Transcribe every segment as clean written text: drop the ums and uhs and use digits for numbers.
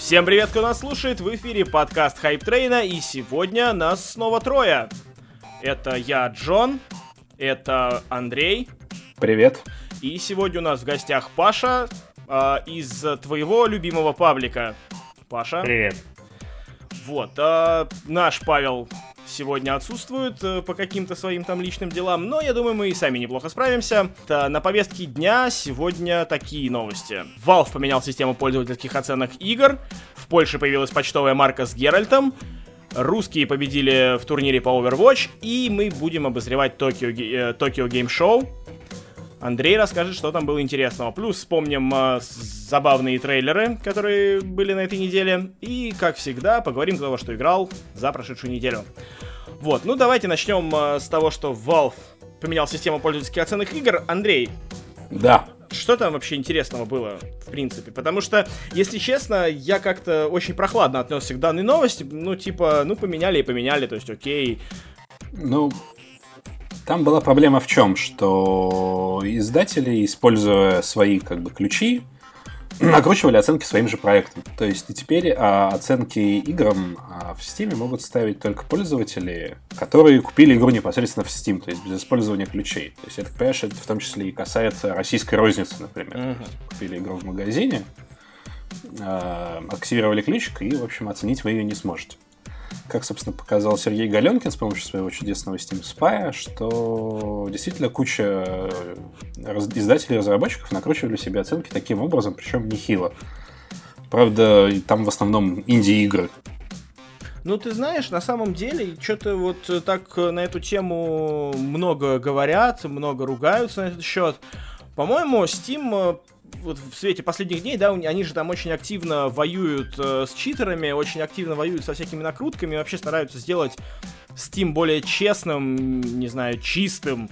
Всем привет, кто нас слушает, в эфире подкаст Хайп Трейна, и сегодня нас снова трое. Это я, Джон, это Андрей. Привет. И сегодня у нас в гостях Паша из твоего любимого паблика. Паша. Привет. Вот, наш Павел сегодня отсутствует по каким-то своим там личным делам, но я думаю, мы и сами неплохо справимся. На повестке дня сегодня такие новости. Valve поменял систему пользовательских оценок игр, в Польше появилась почтовая марка с Геральтом, русские победили в турнире по Overwatch, и мы будем обозревать Tokyo Game Show. Андрей расскажет, что там было интересного. Плюс вспомним забавные трейлеры, которые были на этой неделе. И, как всегда, поговорим за того, что играл за прошедшую неделю. Вот, ну давайте начнем с того, что Valve поменял систему пользовательских оценок игр. Андрей. Да. Что там вообще интересного было, в принципе? Потому что, если честно, я как-то очень прохладно отнесся к данной новости. Ну, типа, поменяли и поменяли, то есть окей. Там была проблема в чем, что издатели, используя свои ключи, накручивали оценки своим же проектам. То есть и теперь оценки играм в Steam могут ставить только пользователи, которые купили игру непосредственно в Steam, то есть без использования ключей. То есть, я так понимаю, что это в том числе и касается российской розницы, например. То есть, купили игру в магазине, активировали ключик, и, в общем, оценить вы ее не сможете. Как, собственно, показал Сергей Галенкин с помощью своего чудесного Steam Spy, что действительно куча издателей и разработчиков накручивали себе оценки таким образом, причем нехило. Правда, там в основном инди-игры. Ну, ты знаешь, на самом деле, что-то вот так на эту тему много говорят, много ругаются на этот счет. По-моему, Steam... Вот в свете последних дней, да, они же там очень активно воюют с читерами, очень активно воюют со всякими накрутками, и вообще стараются сделать Steam более честным, не знаю, чистым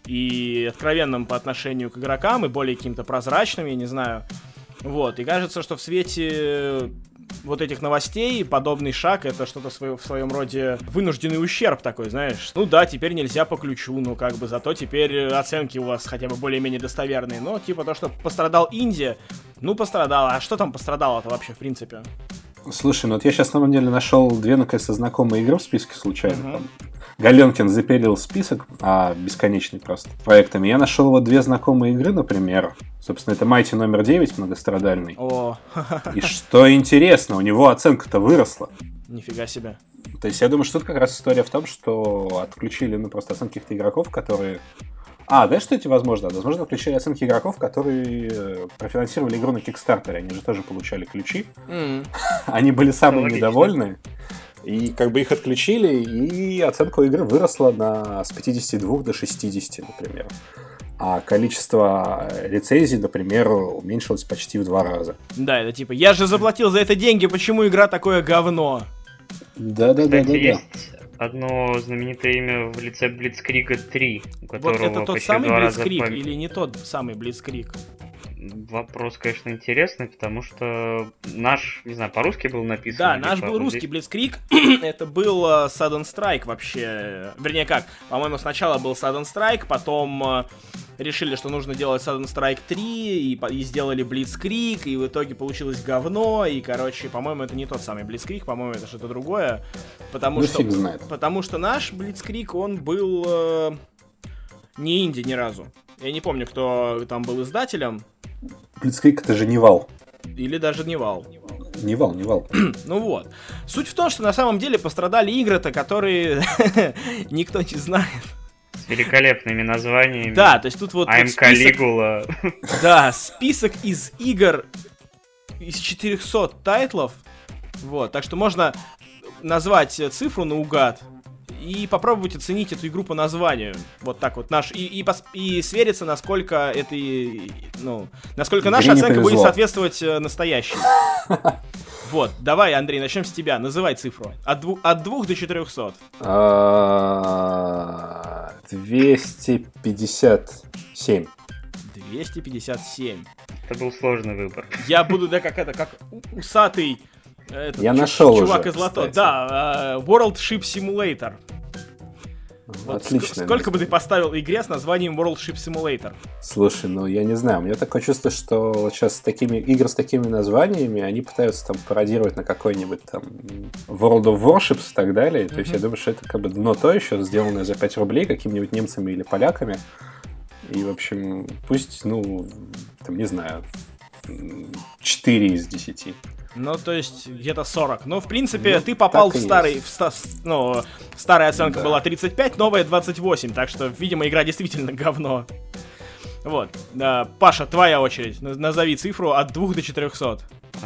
и откровенным по отношению к игрокам, и более каким-то прозрачным, я не знаю. Вот, и кажется, что в свете вот этих новостей подобный шаг — это что-то в своем роде вынужденный ущерб такой, знаешь. Ну да, теперь нельзя по ключу, зато теперь оценки у вас хотя бы более-менее достоверные. Но типа то, что пострадал инди, пострадал. А что там пострадало-то вообще, в принципе? Слушай, я сейчас на самом деле нашел две, наконец-то, знакомые игры в списке случайно. Галенкин запилил список, бесконечный просто, проектами. Я нашел две знакомые игры, например. Собственно, это Mighty номер 9, многострадальный. О. И что интересно, у него оценка-то выросла. Нифига себе. То есть я думаю, что тут как раз история в том, что отключили просто оценки каких-то игроков, которые... знаешь, что эти возможно? Возможно, отключили оценки игроков, которые профинансировали игру на Kickstarter. Они же тоже получали ключи. Они были самые недовольны. И их отключили, и оценка игры выросла с 52 до 60, например. А количество рецензий, например, уменьшилось почти в 2 раза. Да, это типа, я же заплатил за это деньги, почему игра такое говно? Да. Есть одно знаменитое имя в лице Блицкрига 3, у которого вот это тот самый Блицкриг или не тот самый Блицкриг? Вопрос, конечно, интересный, потому что наш, не знаю, по-русски был написан. Да, наш был русский Блицкриг. Это был Sudden Strike вообще. Вернее, по-моему, сначала был Sudden Strike, потом решили, что нужно делать Sudden Strike 3, и сделали Блицкриг, и в итоге получилось говно, и, по-моему, это не тот самый Блицкриг, по-моему, это что-то другое. Потому что наш Блицкриг, он был не инди ни разу. Я не помню, кто там был издателем. Блицкриг — это же не Вал. Или даже не Вал. Не Вал. Ну вот. Суть в том, что на самом деле пострадали игры-то, которые никто не знает. С великолепными названиями. Да, то есть тут вот... I'm Caligula. Да, список из игр из 400 тайтлов. Вот, так что можно назвать цифру наугад и попробовать оценить эту игру по названию. Вот так вот. И свериться, насколько насколько наша оценка будет соответствовать настоящей. Вот, давай, Андрей, начнем с тебя. Называй цифру. От 2 до 400. 257. 257. Это был сложный выбор. Я буду, как усатый я нашел чувак уже, из лото. кстати. Да, World Ship Simulator. Вот Отлично. сколько бы ты поставил игре с названием World Ship Simulator? Слушай, ну я не знаю, у меня такое чувство, что вот сейчас игры с такими названиями, они пытаются там пародировать на какой-нибудь там World of Warships и так далее. То есть я думаю, что это как бы дно то еще, сделанное за 5 рублей какими-нибудь немцами или поляками. И, в общем, пусть, ну, там, не знаю, 4 из 10. Ну, то есть, где-то 40. Ну, в принципе, ты попал в старый... старая оценка была 35, новая 28. Так что, видимо, игра действительно говно. Вот. Паша, твоя очередь. Назови цифру от 2 до 400.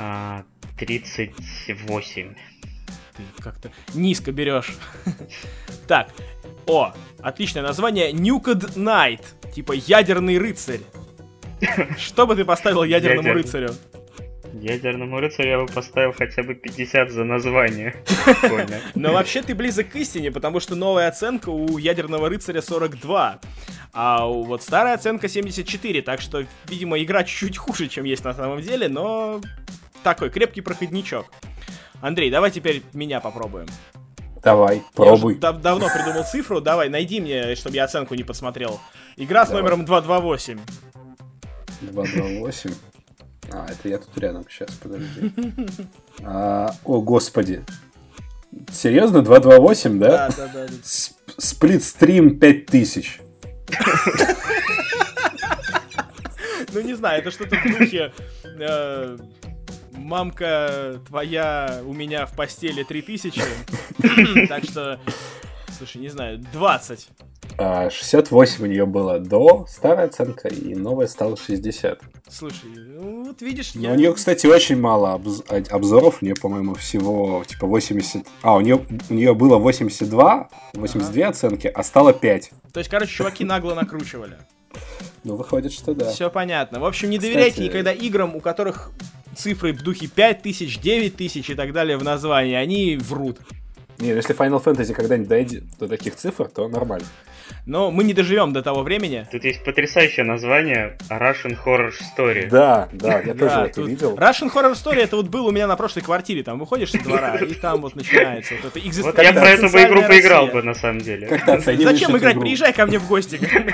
38. Ты как-то низко берешь. Так. Отличное название. Nuked Knight. Типа ядерный рыцарь. Что бы ты поставил ядерному рыцарю? Ядерному рыцарю я бы поставил хотя бы 50 за название. Но вообще ты близок к истине, потому что новая оценка у ядерного рыцаря 42. А вот старая оценка 74. Так что, видимо, игра чуть-чуть хуже, чем есть на самом деле, но такой крепкий проходничок. Андрей, давай теперь меня попробуем. Давай, пробуй. Я уже давно придумал цифру. Давай, найди мне, чтобы я оценку не подсмотрел. Игра с номером 228. 228? Это я тут рядом, сейчас, подожди. О, господи. Серьезно, 228, да? Да. Сплитстрим 5000. Ну, не знаю, это что-то в духе... Мамка твоя у меня в постели 3000. Так что, слушай, не знаю, 20. 68 у нее было до старая оценка, и новая стала 60. Слушай, ну вот видишь, у нее, кстати, очень мало обзоров. У нее, по-моему, всего типа 80... у нее было 82 оценки, а стало 5. То есть, короче, чуваки нагло накручивали. Ну, выходит, что да. Все понятно. В общем, не доверяйте никогда играм, у которых цифры в духе 5000, 9000 и так далее в названии. Они врут. Не, если Final Fantasy когда-нибудь дойдет до таких цифр, то нормально. Но мы не доживем до того времени. Тут есть потрясающее название Russian Horror Story. Да, я тоже это видел. Russian Horror Story это вот был у меня на прошлой квартире. Там выходишь со двора, и там вот начинается вот это Вот я про эту бы игру поиграл бы, на самом деле. Зачем играть? Приезжай ко мне в гости.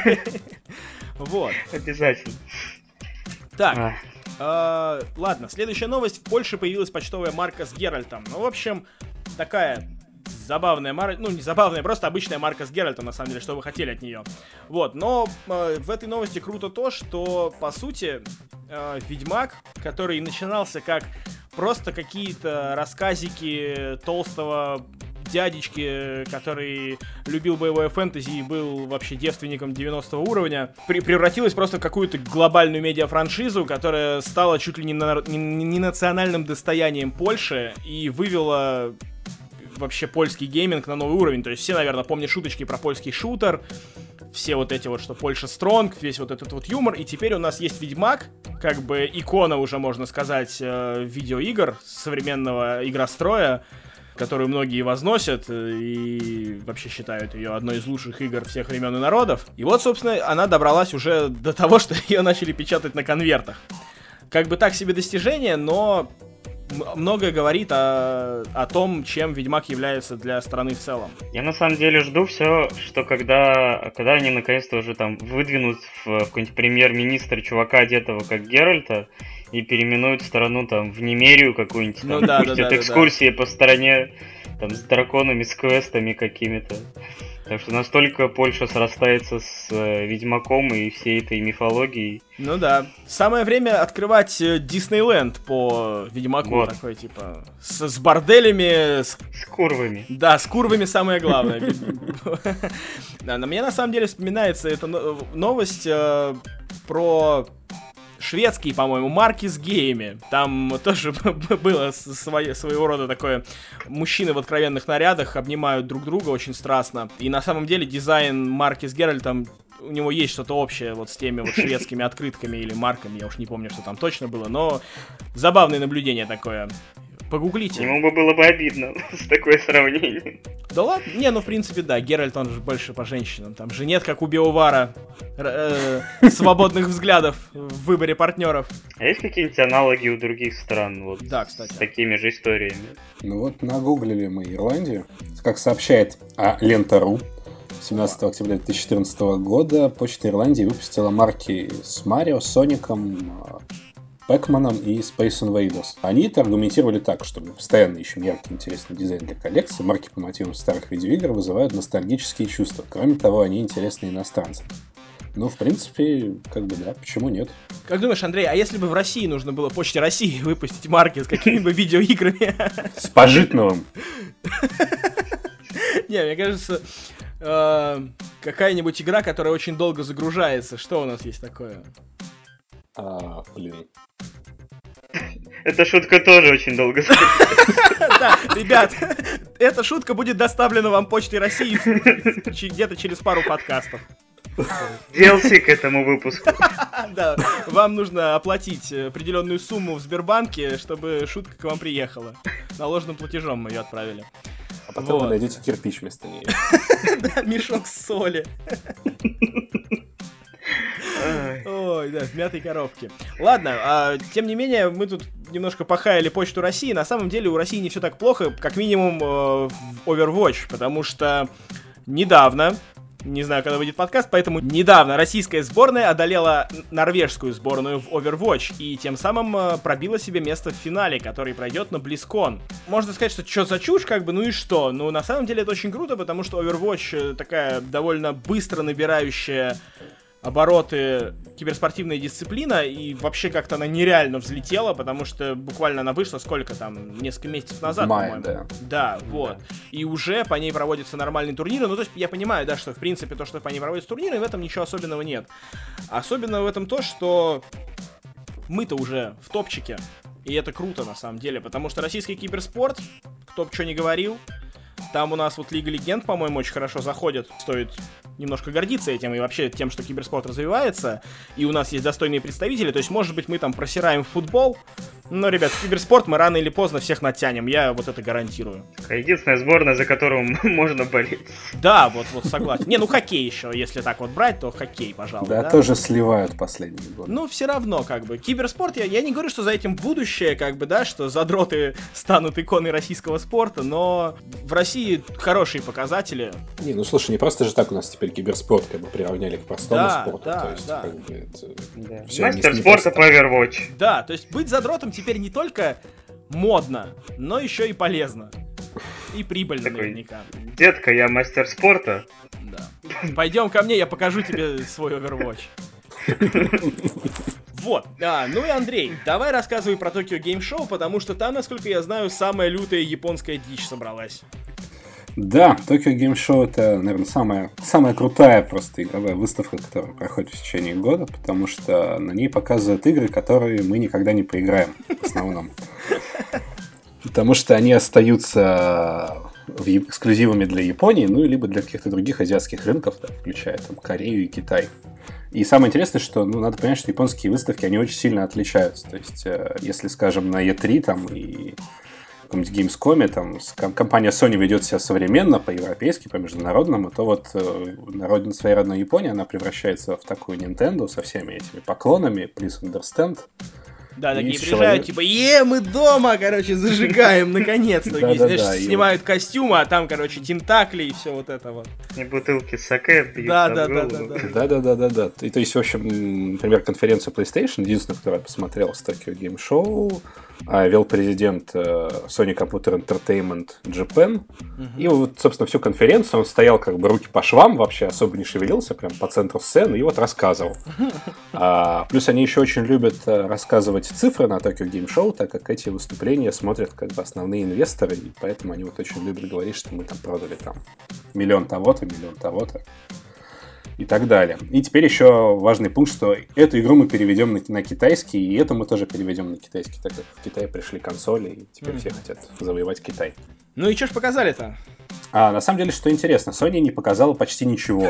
Вот. Обязательно. Так. Ладно, следующая новость. В Польше появилась почтовая марка с Геральтом. Ну, в общем, такая забавная марка, ну не забавная, просто обычная марка с Геральтом, на самом деле, что вы хотели от нее. Вот, но в этой новости круто то, что, по сути, Ведьмак, который начинался как просто какие-то рассказики толстого дядечки, который любил боевое фэнтези и был вообще девственником 90 уровня, превратилась просто в какую-то глобальную медиафраншизу, которая стала чуть ли не национальным достоянием Польши и вывела вообще польский гейминг на новый уровень. То есть все, наверное, помнят шуточки про польский шутер, все вот эти вот, что Польша стронг, весь вот этот вот юмор, и теперь у нас есть Ведьмак, как бы икона уже, можно сказать, видеоигр, современного игростроя, которую многие возносят и вообще считают ее одной из лучших игр всех времен и народов. И вот, собственно, она добралась уже до того, что ее начали печатать на конвертах. Как бы так себе достижение, но многое говорит о том, чем Ведьмак является для страны в целом. Я на самом деле жду все, что когда они наконец-то уже там выдвинут в какой-нибудь премьер-министр чувака, одетого как Геральта, и переименуют страну там в Немерию какую-нибудь, там, пустят экскурсии по стране там с драконами, с квестами какими-то. Так что настолько Польша срастается с Ведьмаком и всей этой мифологией. Ну да. Самое время открывать Диснейленд по Ведьмаку. Вот. Такой, типа, с борделями. С курвами. Да, с курвами самое главное. Мне на самом деле вспоминается эта новость про шведский, по-моему, Маркис Гейми. Там тоже было своего рода такое. Мужчины в откровенных нарядах обнимают друг друга очень страстно. И на самом деле дизайн Марки с Геральтом, у него есть что-то общее вот с теми вот шведскими открытками или марками. Я уж не помню, что там точно было, но забавное наблюдение такое. Погуглите. Ему бы было бы обидно с такое сравнение. Да ладно? Не, ну в принципе да, Геральт он же больше по женщинам. Там же нет, как у Биовара, свободных взглядов в выборе партнеров. А есть какие-нибудь аналоги у других стран вот да, кстати, с такими же историями? Ну вот нагуглили мы Ирландию. Как сообщает Лента.ру, 17 октября 2014 года Почта Ирландии выпустила марки с Марио, Соником, Пэкманом и Space Invaders. Они это аргументировали так, что мы постоянно ищем яркий, интересный дизайн для коллекции, марки по мотивам старых видеоигр вызывают ностальгические чувства. Кроме того, они интересны иностранцам. Ну, в принципе, как бы да, почему нет? Как думаешь, Андрей, а если бы в России нужно было Почте России выпустить марки с какими-нибудь видеоиграми? С Пожитновым. Не, мне кажется, какая-нибудь игра, которая очень долго загружается. Что у нас есть такое? Блин. Эта шутка тоже очень долго загружается. Да, ребят, эта шутка будет доставлена вам Почтой России где-то через пару подкастов. DLC к этому выпуску. Да, вам нужно оплатить определенную сумму в Сбербанке, чтобы шутка к вам приехала. Наложенным платежом мы ее отправили. А потом вы найдете кирпич вместо нее. Да, мешок соли. Ой, да, в мятой коробке. Ладно, тем не менее, мы тут немножко похаяли Почту России. На самом деле у России не все так плохо, как минимум в Overwatch, потому что недавно, не знаю, когда выйдет подкаст, поэтому недавно российская сборная одолела норвежскую сборную в Overwatch и тем самым пробила себе место в финале, который пройдет на BlizzCon. Можно сказать, что за чушь, как бы, ну и что? Ну, на самом деле это очень круто, потому что Overwatch такая довольно быстро набирающая обороты киберспортивная дисциплина, и вообще как-то она нереально взлетела, потому что буквально она вышла сколько там, несколько месяцев назад, по-моему. Да. Да, вот. И уже по ней проводятся нормальные турниры. Ну, то есть я понимаю, да, что в принципе то, что по ней проводятся турниры, в этом ничего особенного нет. Особенно в этом то, что мы-то уже в топчике, и это круто на самом деле, потому что российский киберспорт, кто бы что ни говорил, там у нас вот Лига Легенд, по-моему, очень хорошо заходит. Стоит немножко гордиться этим и вообще тем, что киберспорт развивается. И у нас есть достойные представители. То есть, может быть, мы там просираем в футбол. Но, ребят, в киберспорт мы рано или поздно всех натянем. Я вот это гарантирую. Единственная сборная, за которую можно болеть. Да, вот согласен. Не, ну хоккей еще, если так вот брать, то хоккей, пожалуй. Да, тоже сливают последние годы. Ну, все равно, как бы. Киберспорт, я не говорю, что за этим будущее, как бы, да, что задроты станут иконой российского спорта, но в России хорошие показатели. Не, ну слушай, не просто же так у нас теперь киберспорт как бы приравняли к простому спорту. Да, то есть, да. как бы, это... Да. Всё Мастер не спорта просто по Overwatch. Да, то есть быть задротом теперь не только модно, но еще и полезно. И прибыльно Такой, наверняка. детка, я мастер спорта. Да. Пойдем ко мне, я покажу тебе свой Overwatch. Вот. Ну и, Андрей, давай рассказывай про Tokyo Game Show, потому что там, насколько я знаю, самая лютая японская дичь собралась. Да, Tokyo Game Show это, наверное, самая крутая просто игровая выставка, которая проходит в течение года, потому что на ней показывают игры, которые мы никогда не поиграем, в основном. Потому что они остаются эксклюзивами для Японии, ну, либо для каких-то других азиатских рынков, да, включая там Корею и Китай. И самое интересное, что, надо понять, что японские выставки, они очень сильно отличаются. То есть, если, скажем, на E3 там и в каком-нибудь Gamescom, там, компания Sony ведет себя современно, по-европейски, по-международному, то вот на своей родной Японии она превращается в такую Nintendo со всеми этими поклонами, please understand. Да, такие приезжают, типа, мы дома, короче, зажигаем, наконец-то. Знаешь, снимают костюмы, а там, короче, тентакли и все вот это вот. И бутылки саке бьют. Да. И то есть, в общем, например, конференцию PlayStation, единственную, которую я посмотрел с Tokyo Game Show, вел президент Sony Computer Entertainment Japan. И вот, собственно, всю конференцию он стоял как бы руки по швам, вообще особо не шевелился, прям по центру сцены, и вот рассказывал. Плюс они еще очень любят рассказывать цифры на Tokyo Game Show, так как эти выступления смотрят как бы основные инвесторы, и поэтому они вот очень любят говорить, что мы там продали там миллион того-то и так далее. И теперь еще важный пункт, что эту игру мы переведем на китайский, и эту мы тоже переведем на китайский, так как в Китае пришли консоли, и теперь все хотят завоевать Китай. Ну и что ж показали-то? На самом деле, что интересно, Sony не показала почти ничего.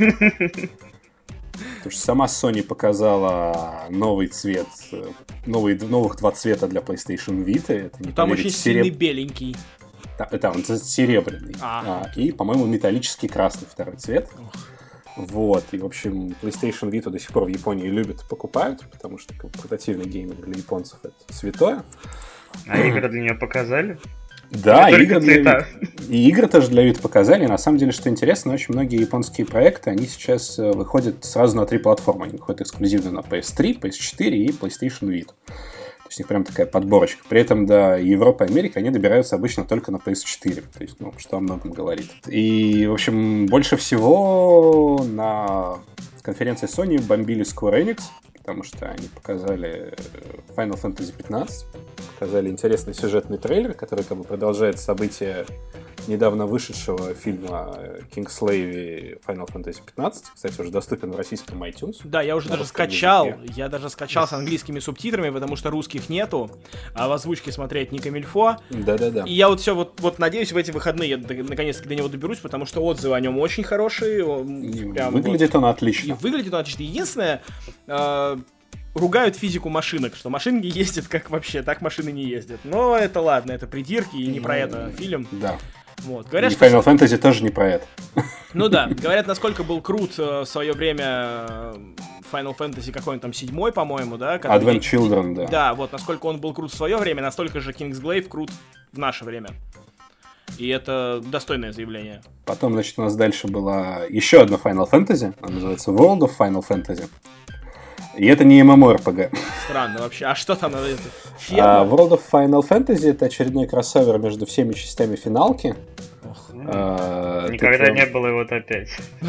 Потому что сама Sony показала новый цвет, новых два цвета для PlayStation Vita. Это, не там очень сильный беленький. Да, он серебряный. И, по-моему, металлический красный второй цвет. Вот, и, в общем, PlayStation Vita до сих пор в Японии любят и покупают, потому что портативный гейминг для японцев — это святое. А игры для нее показали? Да, Не только цвета. и игры тоже для Vita показали. На самом деле, что интересно, очень многие японские проекты, они сейчас выходят сразу на 3 платформы. Они выходят эксклюзивно на PS3, PS4 и PlayStation Vita. То есть у них прям такая подборочка. При этом до Европы и Америки они добираются обычно только на PS4. То есть, что о многом говорит. И, в общем, больше всего на конференции Sony бомбили Square Enix, потому что они показали Final Fantasy 15, показали интересный сюжетный трейлер, который как бы продолжает события недавно вышедшего фильма Kingslave Final Fantasy 15. Кстати, уже доступен в российском iTunes. Да, я уже даже скачал. Я даже скачал с английскими субтитрами, потому что русских нету, а в озвучке смотреть не камильфо. Да-да-да. И я вот все вот надеюсь, в эти выходные я наконец-таки до него доберусь, потому что отзывы о нем очень хорошие. Выглядит он отлично. И выглядит он отлично. Единственное, ругают физику машинок, что машинки ездят как вообще, так машины не ездят. Но это ладно, это придирки, и не про это фильм. Да. Вот. Говорят, и Final Fantasy тоже не про это. Ну да, говорят, насколько был крут в свое время Final Fantasy какой-нибудь там 7, по-моему, да? Advent Children, да. Да, вот насколько он был крут в свое время, настолько же Kingsglaive крут в наше время. И это достойное заявление. Потом, значит, у нас дальше была еще одна Final Fantasy, она называется World of Final Fantasy. И это не MMORPG. Странно вообще. А что там? World of Final Fantasy — это очередной кроссовер между всеми частями финалки. Никогда не было его опять.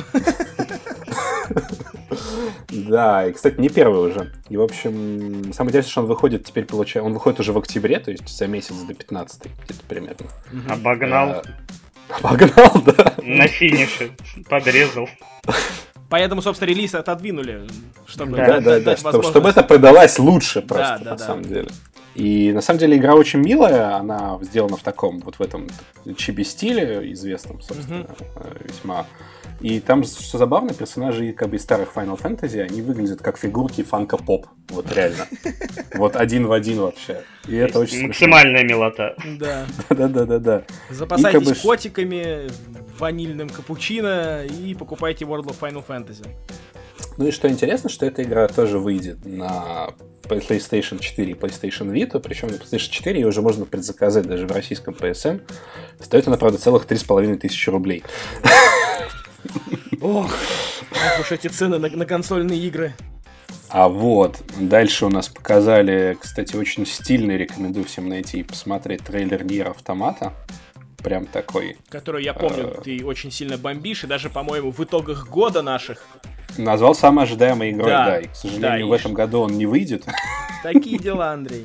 Да, и, кстати, не первый уже. И, в общем, самое интересное, что он выходит теперь, получается, он выходит уже в октябре, то есть за месяц до 15 где-то примерно. Обогнал. Обогнал, да. На финише. Подрезал. Поэтому, собственно, релиз отодвинули, чтобы дать возможность. Чтобы это продалось лучше просто, на самом деле. И, на самом деле, игра очень милая, она сделана в таком, вот в этом чиби-стиле, известном, собственно, весьма. И там, что забавно, персонажи как бы из старых Final Fantasy, они выглядят как фигурки фанка-поп, вот реально. Вот один в один вообще. И это очень максимальная милота. Да. Да. Запасайтесь котиками, ванильным капучино и покупайте World of Final Fantasy. Ну и что интересно, что эта игра тоже выйдет на PlayStation 4 и PlayStation Vita, причем на PlayStation 4 ее уже можно предзаказать даже в российском PSN. Стоит она, правда, целых 3500 рублей. Ох уж эти цены на консольные игры. А вот, дальше у нас показали, кстати, очень стильный, рекомендую всем найти и посмотреть трейлер Nier Automata. Прям такой. Который, я помню, ты очень сильно бомбишь, и даже, по-моему, в итогах года наших назвал самой ожидаемой игрой, да. И, к сожалению, в этом году он не выйдет. Такие дела, Андрей.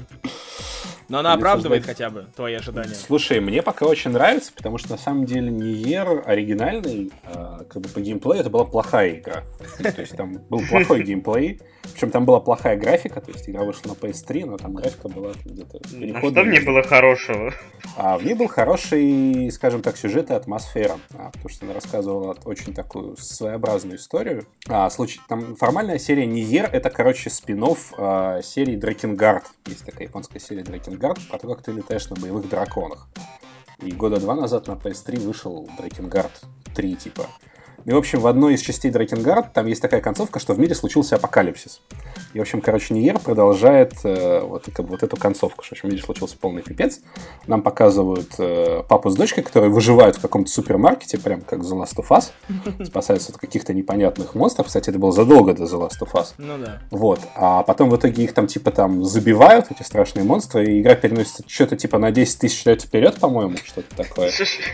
Но она оправдывает хотя бы твои ожидания. Слушай, мне пока очень нравится, потому что на самом деле Nier оригинальный, как бы по геймплею это была плохая игра. То есть там был плохой геймплей, причем там была плохая графика, то есть игра вышла на PS3, но там графика была где-то переходная. А что в ней было хорошего? В ней был хороший, скажем так, сюжет и атмосфера, потому что она рассказывала очень такую своеобразную историю. Там формальная серия Nier — это, короче, спин-офф серии Drakengard. Есть такая японская серия Drakengard, про то, как ты летаешь на боевых драконах. И года 2 назад на PS3 вышел Drakengard 3, типа. И, в общем, в одной из частей Drakengard там есть такая концовка, что в мире случился апокалипсис. И, в общем, короче, Nier продолжает вот эту концовку, что в мире случился полный пипец. Нам показывают папу с дочкой, которые выживают в каком-то супермаркете, прям как The Last of Us, спасаются от каких-то непонятных монстров. Кстати, это было задолго до The Last of Us. Ну да. Вот. А потом в итоге их там типа там забивают, эти страшные монстры, и игра переносится что-то типа на 10 тысяч лет вперед, по-моему, что-то такое.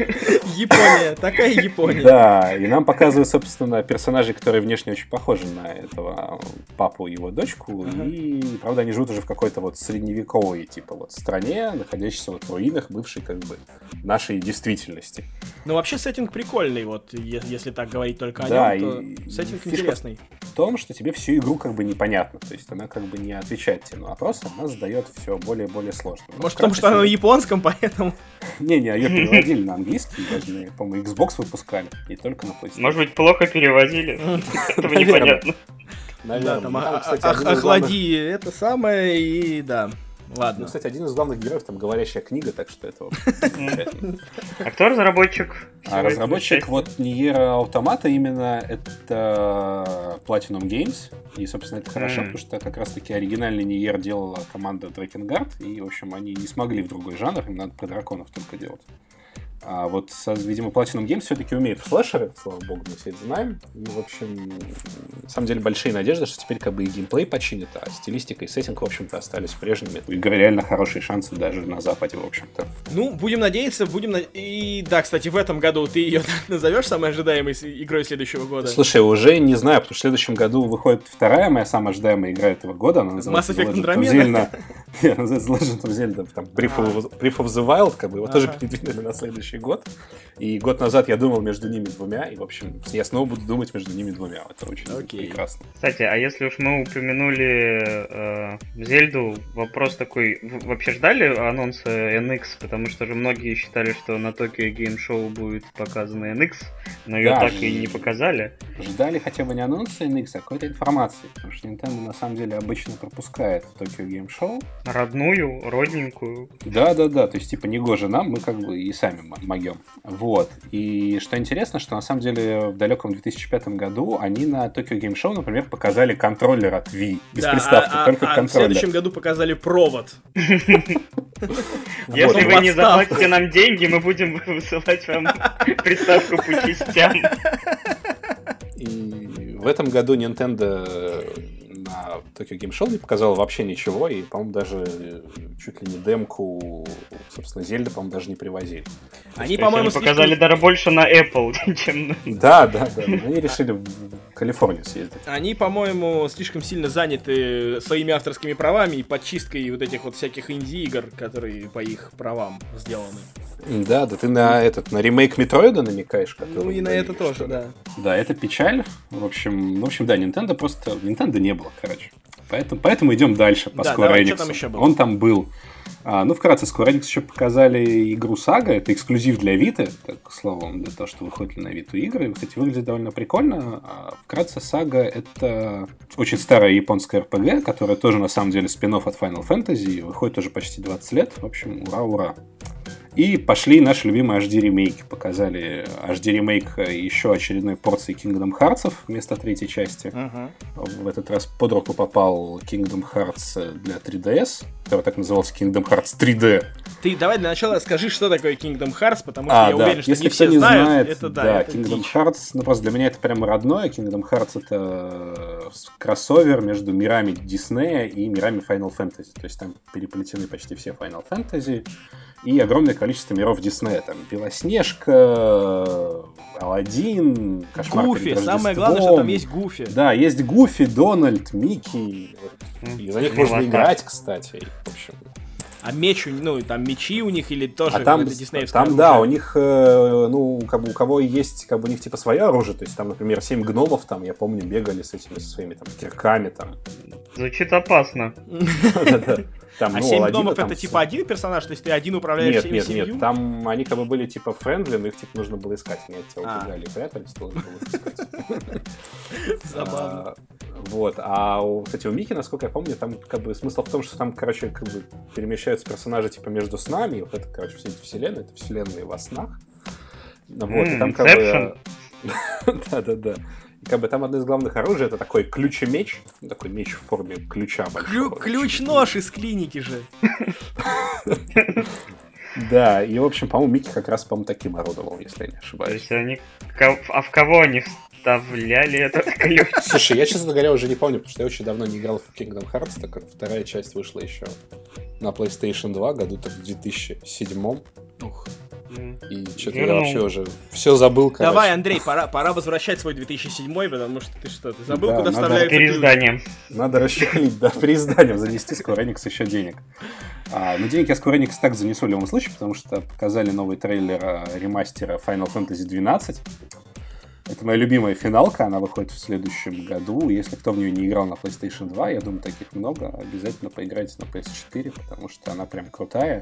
Япония, такая Япония. Да, и нам показывают, собственно, персонажей, которые внешне очень похожи на этого папу и его дочку, и, правда, они живут уже в какой-то вот средневековой, типа, вот стране, находящейся вот в руинах бывшей, как бы, нашей действительности. Ну, вообще, сеттинг прикольный, вот, если так говорить только да, о нем, то сеттинг интересный. В том, что тебе всю игру как бы непонятно, то есть она как бы не отвечает тебе на вопросы, она задает все более и более сложно. Может, потому что она на японском, поэтому... Не-не, ее переводили на английский, даже, по-моему, Xbox выпускали, и только на PlayStation. Может быть, плохо переводили? Этого непонятно. Да, там охлади это самое, и да. Ладно. Ну, кстати, один из главных героев там говорящая книга, так что это замечательно. А кто разработчик? Разработчик вот Nier Automata именно это Platinum Games. И, собственно, это хорошо, потому что как раз-таки оригинальный Nier делала команда Drakengard. И, в общем, они не смогли в другой жанр, им надо про драконов только делать. А вот, видимо, Platinum Games все-таки умеет в слэшеры, слава богу, мы все это знаем. И, в общем, на самом деле большие надежды, что теперь как бы и геймплей починит, а стилистика и сеттинг, в общем-то, остались прежними. У игры реально хорошие шансы даже на Западе, в общем-то. Ну, будем надеяться, И да, кстати, в этом году ты ее назовешь самой ожидаемой игрой следующего года? Слушай, уже не знаю, потому что в следующем году выходит вторая моя самая ожидаемая игра этого года. Она называется Mass Effect Andromeda? Legend of Zelda, там, Breath of the Wild, как бы, его тоже передвинули на следующий год. И год назад я думал между ними двумя, и, в общем, я снова буду думать между ними двумя. Это очень прекрасно. Кстати, а если уж мы упомянули Зельду, вопрос такой, вы вообще ждали анонса NX? Потому что же многие считали, что на Tokyo Game Show будет показана NX, но ее так и не показали. Ждали хотя бы не анонса NX, а какой-то информации, потому что Nintendo на самом деле обычно пропускает Tokyo Game Show. Родную, родненькую. Да, то есть типа негоже нам, мы как бы и сами могем. Вот. И что интересно, что на самом деле в далеком 2005 году они на Tokyo Game Show, например, показали контроллер от Wii. Без приставки, только контроллер. В следующем году показали провод. Если вы не заплатите нам деньги, мы будем высылать вам приставку по частям. И в этом году Nintendo на Tokyo Game Show не показала вообще ничего, и, по-моему, даже чуть ли не демку, собственно, Зельда, по-моему, даже не привозили. Они, по-моему, показали даже больше на Apple, чем... Да. Они решили в Калифорнию съездить. Они, по-моему, слишком сильно заняты своими авторскими правами и подчисткой вот этих вот всяких инди-игр, которые по их правам сделаны. Да, ты на ремейк Метроида намекаешь? Ну и на это тоже, да. Да, это печаль. В общем, да, Nintendo не было, короче. Поэтому идем дальше по Square Enix. Он там был. Вкратце, Square Enix еще показали игру Saga. Это эксклюзив для Vita, так, к слову, для того, что выходит на Vita игры. Кстати, выглядит довольно прикольно. Вкратце, Saga — это очень старая японская RPG, которая тоже, на самом деле, спин-офф от Final Fantasy. Выходит уже почти 20 лет. В общем, ура-ура. И пошли наши любимые HD-ремейки. Показали HD-ремейк еще очередной порции Kingdom Hearts вместо третьей части. В этот раз под руку попал Kingdom Hearts для 3DS, который так назывался Kingdom Hearts 3D. Ты давай для начала скажи, что такое Kingdom Hearts, потому что я уверен, что если не все знают. Это Kingdom Hearts, просто для меня это прямо родное. Kingdom Hearts — это кроссовер между мирами Диснея и мирами Final Fantasy. То есть там переплетены почти все Final Fantasy. И огромное количество миров Диснея. Там Белоснежка, Аладдин, Кошмар перед Рождеством. Самое главное, что там есть Гуфи. Да, есть Гуфи, Дональд, Микки. И за них можно играть, кстати. В общем. А меч, там мечи у них или тоже там, диснеевское оружие? Да, у них, у кого есть, у них типа свое оружие, то есть там, например, 7 гномов, там, я помню, бегали со своими там кирками, там. Звучит опасно. Да. Там, 7 гномов это типа один персонаж, то есть ты один управляешь всеми семью? Нет, там они как бы были типа френдли, но их типа нужно было искать, они от тебя убегали и прятались, то нужно было искать. Забавно. Вот, кстати, у Микки, насколько я помню, там как бы смысл в том, что там, короче, как бы перемещаются персонажи типа между снами, и вот это, короче, все эти вселенные, это вселенные во снах. Вот, и там как бы... Да. И как бы там одно из главных оружий — это такой ключ-меч, такой меч в форме ключа большого. Ключ-нож из клиники же. Да, и, в общем, по-моему, Микки как раз, по-моему, таким орудовал, если я не ошибаюсь. То есть они... А в кого они вставляли этот ключ? Слушай, я, честно говоря, уже не помню, потому что я очень давно не играл в Kingdom Hearts, так как вторая часть вышла еще на PlayStation 2 году, так в 2007. Ух. И что-то я вообще уже все забыл, короче. Давай, Андрей, пора возвращать свой 2007, потому что ты забыл, куда вставляется переизданием. Надо расчехлить, переизданием, занести Square Enix еще денег. Но денег я Square Enix так занесу в любом случае, потому что показали новый трейлер ремастера Final Fantasy 12. Это моя любимая финалка, она выходит в следующем году. Если кто в нее не играл на PlayStation 2, я думаю, таких много, обязательно поиграйте на PS4, потому что она прям крутая.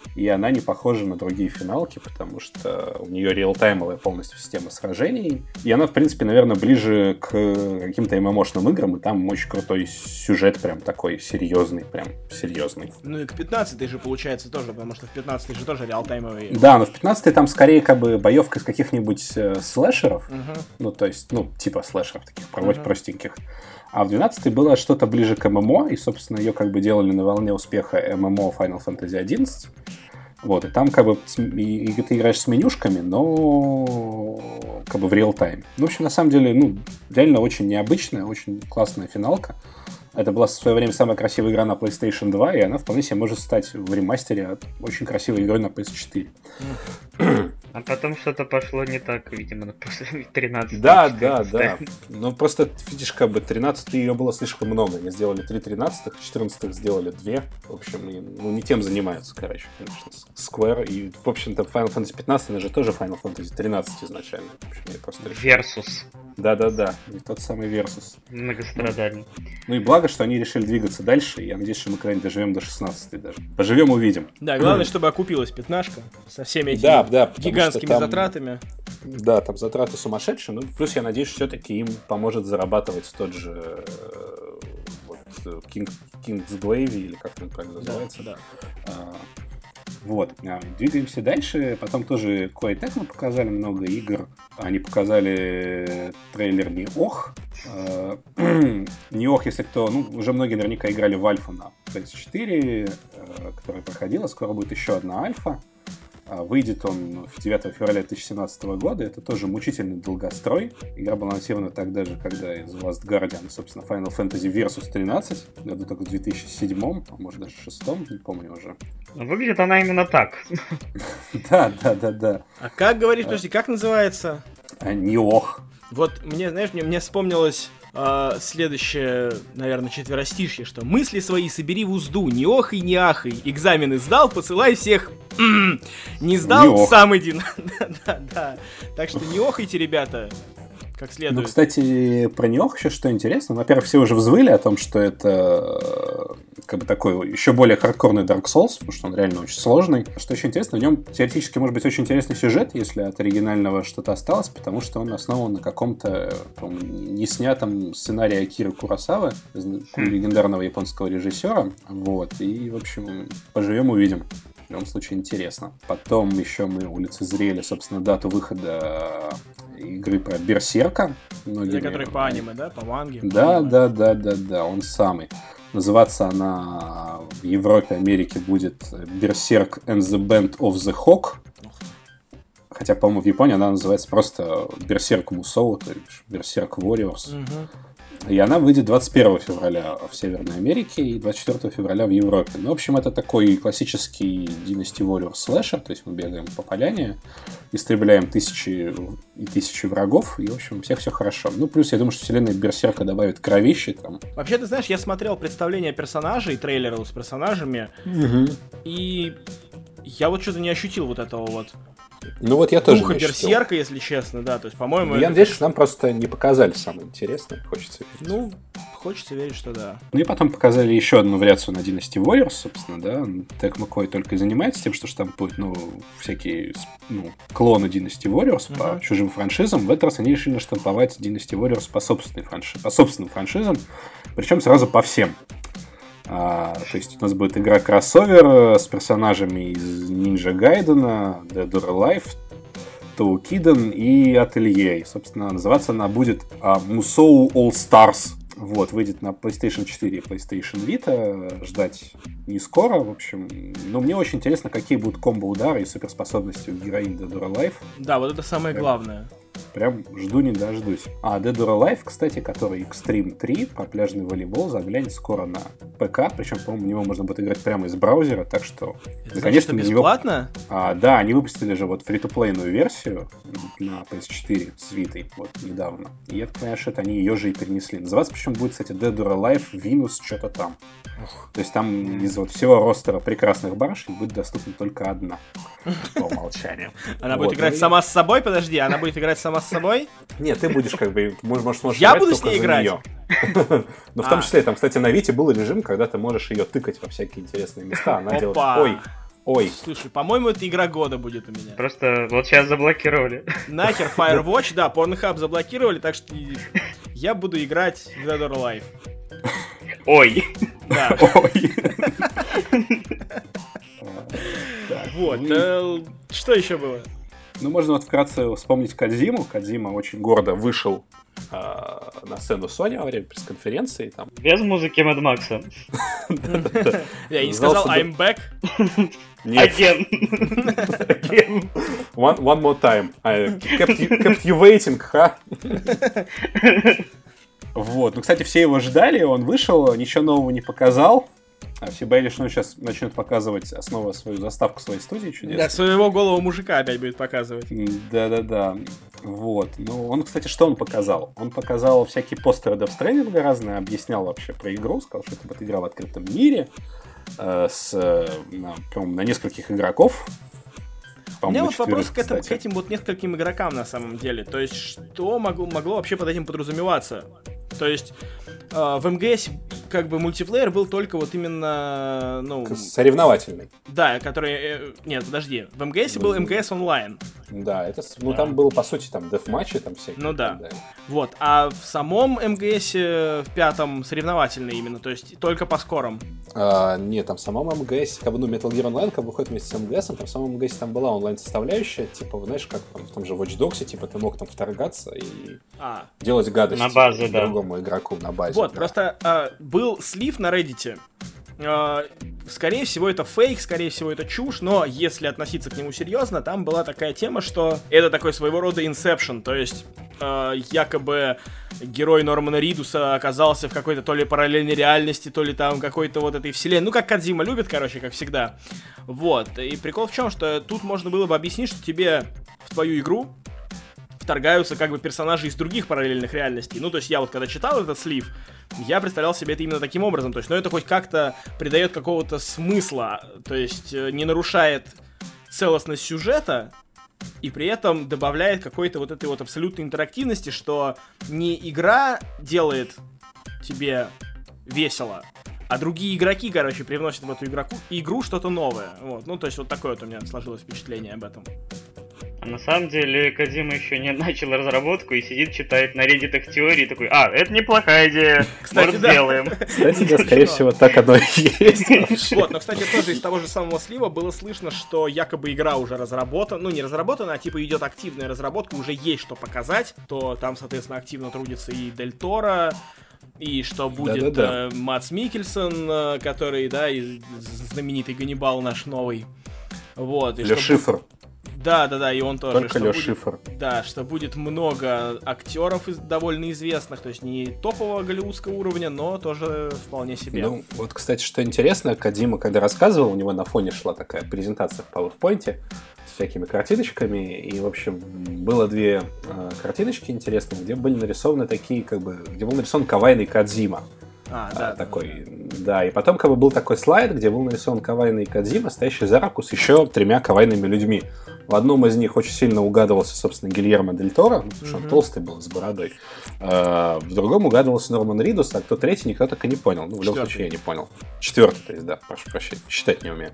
и она не похожа на другие финалки, потому что у нее реалтаймовая полностью система сражений, и она, в принципе, наверное, ближе к каким-то ММОшным играм, и там очень крутой сюжет, прям такой серьезный, прям серьезный. Ну и к 15-й же получается тоже, потому что в 15-й же тоже реалтаймовый. Да, но в 15-й там скорее как бы боевка из каких-нибудь слэшеров, ну то есть, ну типа слэшеров таких, простеньких. А в 12-й было что-то ближе к ММО, и, собственно, ее как бы делали на волне успеха ММО Final Fantasy 11. Вот, и там как бы и ты играешь с менюшками, но как бы в реал-тайм. Ну, в общем, на самом деле, ну, реально очень необычная, очень классная финалка. Это была в свое время самая красивая игра на PlayStation 2, и она вполне себе может стать в ремастере очень красивой игрой на PS4. А потом что-то пошло не так, видимо, после 13. Да. Ну, просто, видишь, как бы 13 ее было слишком много. Они сделали 3 13-х, 14-х сделали 2. В общем, и, ну, не тем занимаются, короче, конечно, Square. И, в общем-то, Final Fantasy 15, она же тоже Final Fantasy 13 изначально. В общем, я просто Versus. Да. И тот самый Versus. Многострадальный. Ну и благо, что они решили двигаться дальше. И я надеюсь, что мы когда-нибудь доживем до 16-й даже. Поживем, увидим. Да, главное, чтобы окупилась пятнашка со всеми этими гигантскими затратами. Да, там затраты сумасшедшие. Ну, плюс я надеюсь, все-таки им поможет зарабатывать тот же King's Glaive, или как он правильно называется. Да. Вот, двигаемся дальше. Потом тоже Koei Tecmo показали много игр. Они показали трейлер Ниох. Ниох, если кто... Ну, уже многие наверняка играли в альфу на PS4, которая проходила. Скоро будет еще одна альфа. Выйдет он 9 февраля 2017 года. Это тоже мучительный долгострой. Игра была анонсирована тогда же, когда из Last Guardian, собственно, Final Fantasy Versus 13. Году только в 2007, а может даже 2006, не помню уже. Выглядит она именно так. Да. А как говоришь, подожди, как называется? Ниох. Вот мне, знаешь, мне вспомнилось следующее, наверное, четверостишье, что мысли свои собери в узду, не охай, не ахай, экзамены сдал, посылай всех, не сдал, сам иди. Да. Так что не охайте, ребята, как следует. Ну, кстати, про Ниох еще что интересно. Во-первых, все уже взвыли о том, что это как бы такой еще более хардкорный Dark Souls, потому что он реально очень сложный. Что еще интересно, в нем теоретически может быть очень интересный сюжет, если от оригинального что-то осталось, потому что он основан на каком-то не снятом сценарии Акиры Куросавы, легендарного японского режиссера. Вот. И, в общем, поживем, увидим. В любом случае интересно. Потом еще мы улицезрели, собственно, дату выхода игры про Берсерка. Для которых по аниме, да? По манге? Да, он самый. Называться она в Европе, Америке будет Berserk and the Band of the Hawk. Хотя, по-моему, в Японии она называется просто Berserk Musou, то есть Berserk Warriors. И она выйдет 21 февраля в Северной Америке и 24 февраля в Европе. Ну, в общем, это такой классический Dynasty Warriors слэшер, то есть мы бегаем по поляне, истребляем тысячи и тысячи врагов, и, в общем, у всех все хорошо. Ну, плюс, я думаю, что вселенная Берсерка добавит кровищи там. Вообще, ты знаешь, я смотрел представление персонажей, трейлеры с персонажами, и я вот что-то не ощутил вот этого вот. Ну вот я тоже духа Берсерка, если честно, да, то есть, по-моему... Я надеюсь, что нам просто не показали самое интересное, хочется верить. Ну, хочется верить, что да. Ну и потом показали еще одну вариацию на Dynasty Warriors, собственно, да. Tecmo Koei только и занимается тем, что штампует, всякие, клоны Dynasty Warriors по чужим франшизам. В этот раз они решили штамповать Dynasty Warriors по собственным франшизам, причем сразу по всем. То есть у нас будет игра кроссовер с персонажами из Ninja Gaiden, Dead or Alive, Toukiden и Atelier. И, собственно, называться она будет Musou All Stars. Вот, выйдет на PlayStation 4 и PlayStation Vita. Ждать не скоро, в общем. Но мне очень интересно, какие будут комбо-удары и суперспособности у героинь Dead or Alive. Да, вот это самое главное. Прям жду не дождусь. А Dead or Alive, кстати, который Extreme 3 про пляжный волейбол, заглянет скоро на ПК. Причем, по-моему, в него можно будет играть прямо из браузера. Так что, наконец-то бесплатно? Да, они выпустили же вот фри-то-плейную версию на PS4 с Витой вот недавно. И я так понимаю, что это они ее же и перенесли. Называться причем будет, кстати, Dead or Alive Venus что-то там. То есть там из вот всего ростера прекрасных барышень будет доступна только одна. По умолчанию. Она будет играть сама с собой? Подожди, она будет играть сама с собой? Нет, ты будешь как бы, можешь я буду с ней играть. Но в том числе, там, кстати, на Вите был режим, когда ты можешь ее тыкать во всякие интересные места. Она делает Ой. Слушай, по-моему, это игра года будет у меня. Просто вот сейчас заблокировали. Нахер Firewatch, да, Pornhub заблокировали, так что я буду играть в Dead or Alive. Ой. Да. Ой. Вот, что еще было? Ну, можно вот вкратце вспомнить Кодзиму. Кодзима очень гордо вышел на сцену Sony во время пресс-конференции. Там. Без музыки Мэд Макса. Я не сказал I'm back. Again. One more time. I kept you waiting, huh? Вот. Ну, кстати, все его ждали, он вышел, ничего нового не показал. А все боялись, что он сейчас начнет показывать снова свою заставку своей студии чудесной. Да, своего голого мужика опять будет показывать. Да-да-да. Вот. Ну, он, кстати, что он показал? Он показал всякие постеры Death Stranding разные, объяснял вообще про игру, сказал, что это будет игра в открытом мире на нескольких игроков. У меня вот вопрос к этим вот нескольким игрокам на самом деле. То есть, что могло вообще под этим подразумеваться? То есть, в МГС как бы мультиплеер был только вот именно, ну... Соревновательный. Да, который... Нет, подожди. В МГС был МГС онлайн. Да, это... Ну, там было, по сути, там, деф-матчи там всякие. Ну, да. Вот. А в самом МГС в 5-м соревновательный именно, то есть только по скорам. Нет, там в самом МГС, как бы, ну, Metal Gear Online, как бы, выходит вместе с МГСом, там в самом МГС там была онлайн-составляющая, типа, знаешь, как там, в том же Watch Dogs, типа, ты мог там вторгаться и делать гадости на базе, другому игроку на базе. Вот, да. Просто был слив на Reddit. Скорее всего, это фейк, скорее всего, это чушь, но если относиться к нему серьезно, там была такая тема, что это такой своего рода Inception, то есть якобы герой Нормана Ридуса оказался в какой-то то ли параллельной реальности, то ли там какой-то вот этой вселенной, ну, как Кодзима любит, короче, как всегда. Вот, и прикол в чем, что тут можно было бы объяснить, что тебе в твою игру вторгаются как бы персонажи из других параллельных реальностей. Ну, то есть я вот когда читал этот слив, я представлял себе это именно таким образом. То есть, ну, это хоть как-то придает какого-то смысла, то есть не нарушает целостность сюжета и при этом добавляет какой-то вот этой вот абсолютной интерактивности, что не игра делает тебе весело, а другие игроки, короче, привносят в эту игру что-то новое. Вот. Ну, то есть вот такое вот у меня сложилось впечатление об этом. А на самом деле Кодзима еще не начал разработку и сидит, читает на реддитах теории, такой, это неплохая идея, кстати, может, да. Сделаем. Кстати, да, скорее всего, так оно и есть. Вот, но, кстати, тоже из того же самого слива было слышно, что якобы игра уже разработана, ну, не разработана, а типа идет активная разработка, уже есть что показать, то там, соответственно, активно трудится и Дель Торо, и что будет Мадс Миккельсон, который, да, знаменитый Ганнибал наш новый. Вот. Ле Шифр. Да, и он тоже. Только Ле Шифр. Да, что будет много актеров довольно известных, то есть не топового голливудского уровня, но тоже вполне себе. Ну, вот, кстати, что интересно, Кодзима, когда рассказывал, у него на фоне шла такая презентация в PowerPoint с всякими картиночками, и, в общем, было две картиночки интересные, где были нарисованы такие, как бы, где был нарисован кавайный Кодзима. Такой, да, и потом как бы был такой слайд, где был нарисован кавайный Кодзима, стоящий за руку с еще 3 кавайными людьми. В одном из них очень сильно угадывался, собственно, Гильермо Дель Торо, потому что он толстый был, с бородой. В другом угадывался Норман Ридус, а кто третий, никто так и не понял. Ну, в любом случае, я не понял. 4-й, то есть, да, прошу прощения, считать не умею.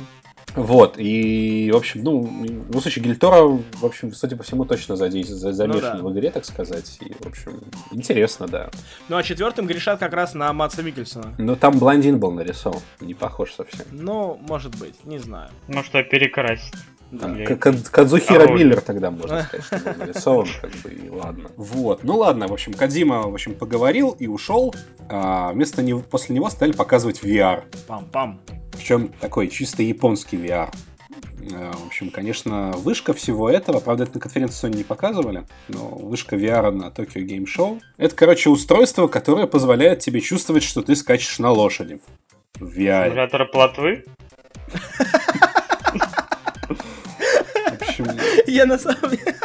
Вот, и, в общем, ну, в случае Дель Торо, в общем, судя по всему, точно замешан в игре, так сказать. И, в общем, интересно, да. Ну, а 4-м грешат как раз на Мадса Миккельсона. Ну, там блондин был нарисован, не похож совсем. Ну, может быть, не знаю. Ну, что, перекрасить. Да. Кадзухиро Миллер тогда, можно сказать, что был нарисован, как бы, и ладно. Вот, ну ладно, в общем, Кодзима, в общем, поговорил и ушел, после него стали показывать VR. Пам-пам. Причем такой чисто японский VR. В общем, конечно, вышка всего этого, правда, это на конференции Sony не показывали, но вышка VR на Tokyo Game Show. Это, короче, устройство, которое позволяет тебе чувствовать, что ты скачешь на лошади в VR. Симулятор плотвы? Я на самом деле...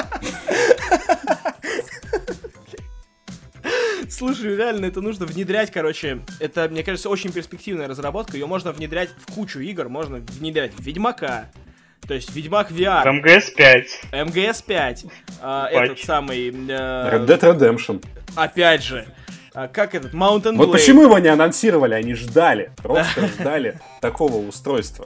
Слушай, реально, это нужно внедрять, короче. Это, мне кажется, очень перспективная разработка. Ее можно внедрять в кучу игр. Можно внедрять в Ведьмака. То есть Ведьмак VR. МГС 5. МГС 5. Этот самый... Red Dead Redemption. Опять же. Как этот? Mountain Blade. Вот почему его не анонсировали? Они ждали. Просто ждали такого устройства.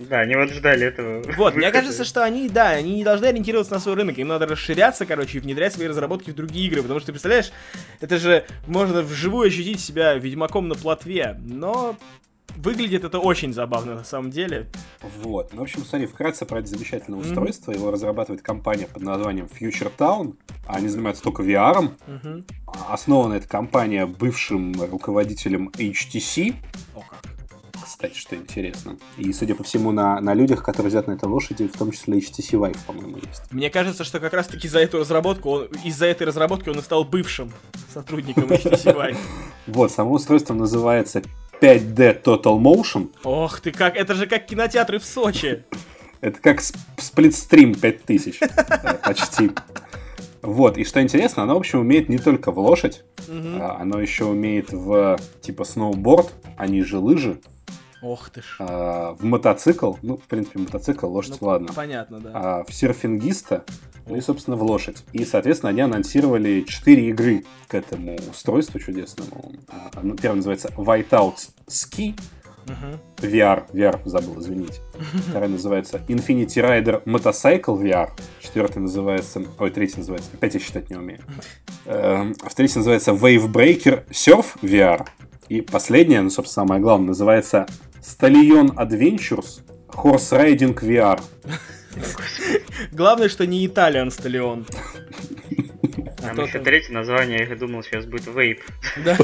Да, они вот ждали этого. Вот, мне кажется, что они не должны ориентироваться на свой рынок, им надо расширяться, короче, и внедрять свои разработки в другие игры, потому что, ты представляешь, это же можно вживую ощутить себя ведьмаком на плотве, но выглядит это очень забавно на самом деле. Вот, ну, в общем, смотри, вкратце про это замечательное устройство, его разрабатывает компания под названием Future Town, они занимаются только VR. Основана эта компания бывшим руководителем HTC. О, как. Кстати, что интересно. И, судя по всему, на людях, которые взяты на этой лошади, в том числе HTC Vive, по-моему, есть. Мне кажется, что как раз-таки из-за этой разработки он и стал бывшим сотрудником HTC Vive. Вот, само устройство называется 5D Total Motion. Ох ты как, это же как кинотеатры в Сочи. Это как сплитстрим 5000. Почти. Вот, и что интересно, оно, в общем, умеет не только в лошадь, оно еще умеет в, типа, сноуборд, они же лыжи. Ох ты ж. В мотоцикл, ну, в принципе, мотоцикл, лошадь, ну, ладно. Понятно, да. В серфингиста, ну и, собственно, в лошадь. И, соответственно, они анонсировали 4 игры к этому устройству чудесному. Первая называется Whiteout Ski. VR забыл, извините. Вторая называется Infinity Rider Motorcycle VR. Четвертая называется... третья называется... Опять я считать не умею. Третья называется Wave Breaker Surf VR. И последняя, ну, собственно, самое главное, называется Stallion Adventures Horse Riding VR. Главное, что не Italian Stallion. Там еще третье название, я думал, сейчас будет Vape. Да.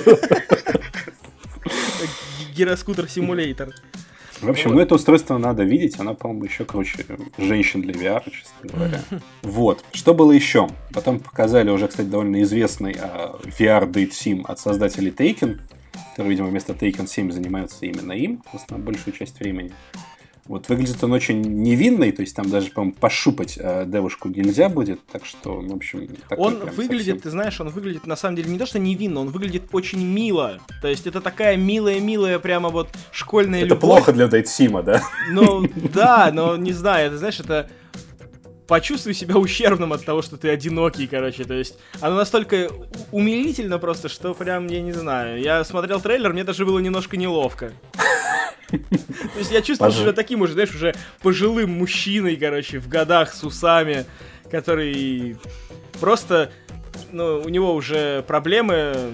Гироскутер симулятор. В общем, ну это устройство надо видеть, оно, по-моему, еще круче женщин для VR, честно говоря. Вот. Что было еще? Потом показали уже, кстати, довольно известный VR Date Sim от создателей Taken, которые, видимо, вместо Taken 7 занимаются именно им, в основном, большую часть времени. Вот, выглядит он очень невинный, то есть там даже, по-моему, пощупать девушку нельзя будет, так что, ну, в общем... Он выглядит, совсем... ты знаешь, он выглядит, на самом деле, не то что невинно, он выглядит очень мило. То есть это такая милая прямо вот школьная любовь. Это плохо для дейтсима, да? Ну, да, но не знаю, это, знаешь, это... Почувствуй себя ущербным от того, что ты одинокий, короче, то есть оно настолько умилительно просто, что прям, я не знаю, я смотрел трейлер, мне даже было немножко неловко. То есть я чувствую себя таким уже, знаешь, уже пожилым мужчиной, короче, в годах с усами, который просто, ну, у него уже проблемы,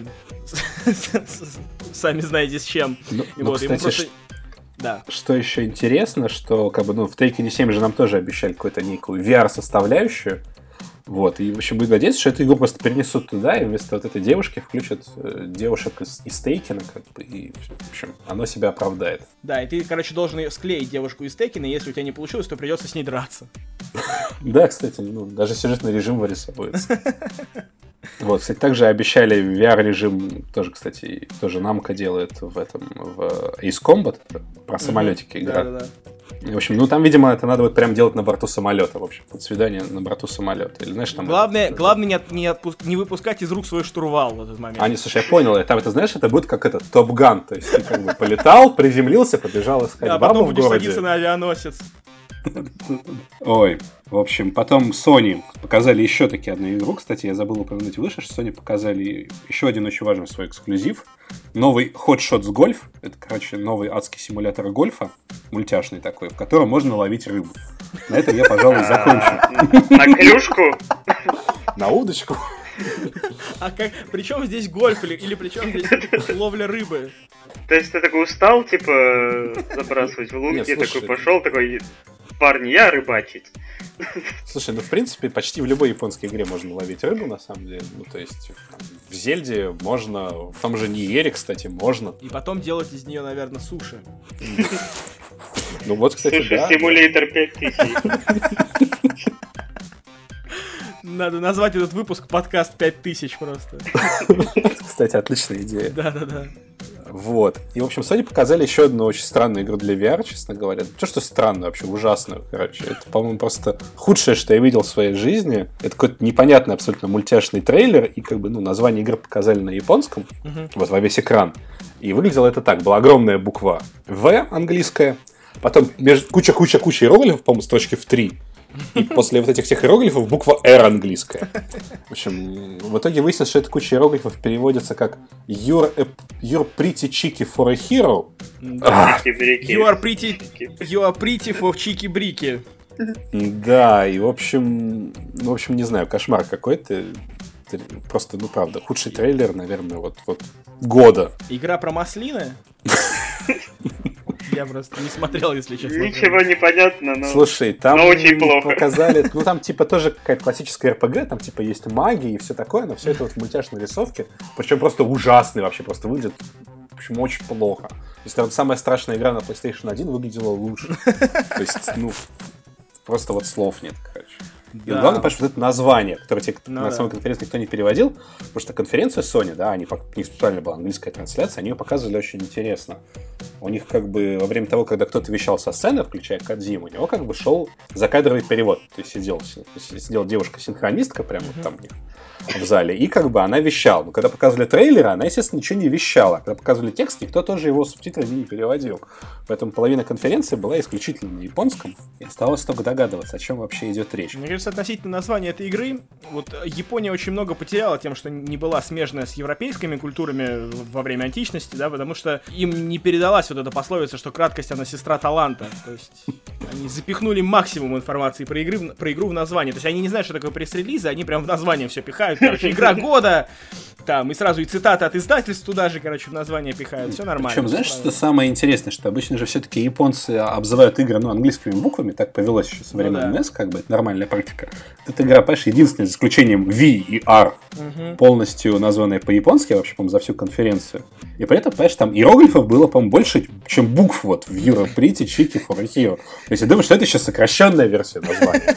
сами знаете с чем. Ну, кстати, да. Что еще интересно, что как бы, ну, в Taken 7 же нам тоже обещали какую-то некую VR-составляющую. Вот, и, в общем, будем надеяться, что эту игру просто перенесут туда, и вместо вот этой девушки включат девушек из Тейкена, как бы, и, в общем, оно себя оправдает. Да, и ты, короче, должен склеить девушку из Тейкена, и если у тебя не получилось, то придется с ней драться. Да, кстати, ну, даже сюжетный режим вырисовывается. Вот, кстати, также обещали VR-режим, тоже, кстати, тоже Namco делает в Ace Combat, про самолетики игра. Да. В общем, ну там, видимо, это надо вот прям делать на борту самолета, в общем, вот свидание на борту самолета. Или, знаешь, там главное не выпускать из рук свой штурвал в этот момент. Слушай, я понял, там это, знаешь, это будет как Топ Ган, то есть ты как бы полетал, приземлился, побежал искать бабу в городе. А потом будешь садиться на авианосец. Ой, в общем, потом Sony показали еще таки одну игру. Кстати, я забыл упомянуть выше, что Sony показали еще один очень важный свой эксклюзив. Новый Hot Shots Golf. Это, короче, новый адский симулятор гольфа, мультяшный такой, в котором можно ловить рыбу. На этом я, пожалуй, закончу. На клюшку? На удочку. А как? Причем здесь гольф или причем здесь ловля рыбы? То есть ты такой устал, типа, забрасывать в лунки, такой пошел, такой... Парни, я рыбачить. Слушай, ну в принципе почти в любой японской игре можно ловить рыбу, на самом деле. Ну то есть в Зельде можно, в том же Ниере, кстати, можно. И потом делать из нее, наверное, суши. Ну вот, кстати, да. Симулятор 5000. Надо назвать этот выпуск подкаст 5000 просто. Кстати, отличная идея. Да. Вот. И, в общем, Sony показали еще одну очень странную игру для VR, честно говоря. Не то, что странную, вообще ужасную, короче. Это, по-моему, просто худшее, что я видел в своей жизни. Это какой-то непонятный абсолютно мультяшный трейлер, и как бы, ну, название игры показали на японском, вот во весь экран. И выглядело это так. Была огромная буква В английская, потом куча иероглифов, по-моему, строчки в 3. И после вот этих всех иероглифов буква R английская. В общем, в итоге выяснилось, что эта куча иероглифов переводится как You're pretty cheeky for a hero. You are pretty for cheeky-брики. Да, и в общем, не знаю, кошмар какой-то. Просто, правда, худший трейлер, наверное, вот года. Игра про маслины? Я просто не смотрел, если честно. Ничего не понятно, но... Слушай, там очень плохо. Показали... там типа тоже какая-то классическая РПГ, там типа есть магия и все такое, но все это вот в мультяшной рисовке. Причем просто ужасный вообще, просто выглядит, в общем, очень плохо. То есть вот самая страшная игра на PlayStation 1 выглядела лучше. То есть, просто вот слов нет, короче. И главное, понимаешь, вот это название, которое тебе на самой конференции никто не переводил, потому что конференция Sony, да, у них специально была английская трансляция, они ее показывали очень интересно. У них как бы во время того, когда кто-то вещал со сцены, включая Кодзиму, у него как бы шел закадровый перевод. То есть сидела девушка-синхронистка прямо вот там у них в зале, и как бы она вещала. Но когда показывали трейлеры, она, естественно, ничего не вещала. Когда показывали текст, никто тоже его субтитрами не переводил. Поэтому половина конференции была исключительно на японском, и оставалось только догадываться, о чем вообще идет речь. Мне кажется, относительно названия этой игры, вот Япония очень много потеряла тем, что не была смежная с европейскими культурами во время античности, да, потому что им не передалась вот эта пословица, что краткость, она сестра таланта. То есть они запихнули максимум информации про игру в название. То есть они не знают, что такое пресс-релизы, они прям в название все пихают. Короче, игра года, там, и сразу и цитаты от издательств туда же, короче, в название пихают. Все нормально. Причем, знаешь, что самое интересное, что обычно же все-таки японцы обзывают игры, английскими буквами, так повелось еще со времен NES, как бы, это нормальная практика. Эта игра, понимаешь, единственная, за исключением V и R, полностью названная по-японски, вообще, по-моему, за всю конференцию. И при этом, понимаешь, там иероглифов было, по-моему, больше, чем букв вот в You're pretty cheeky for a hero. То есть я думаю, что это еще сокращенная версия названия.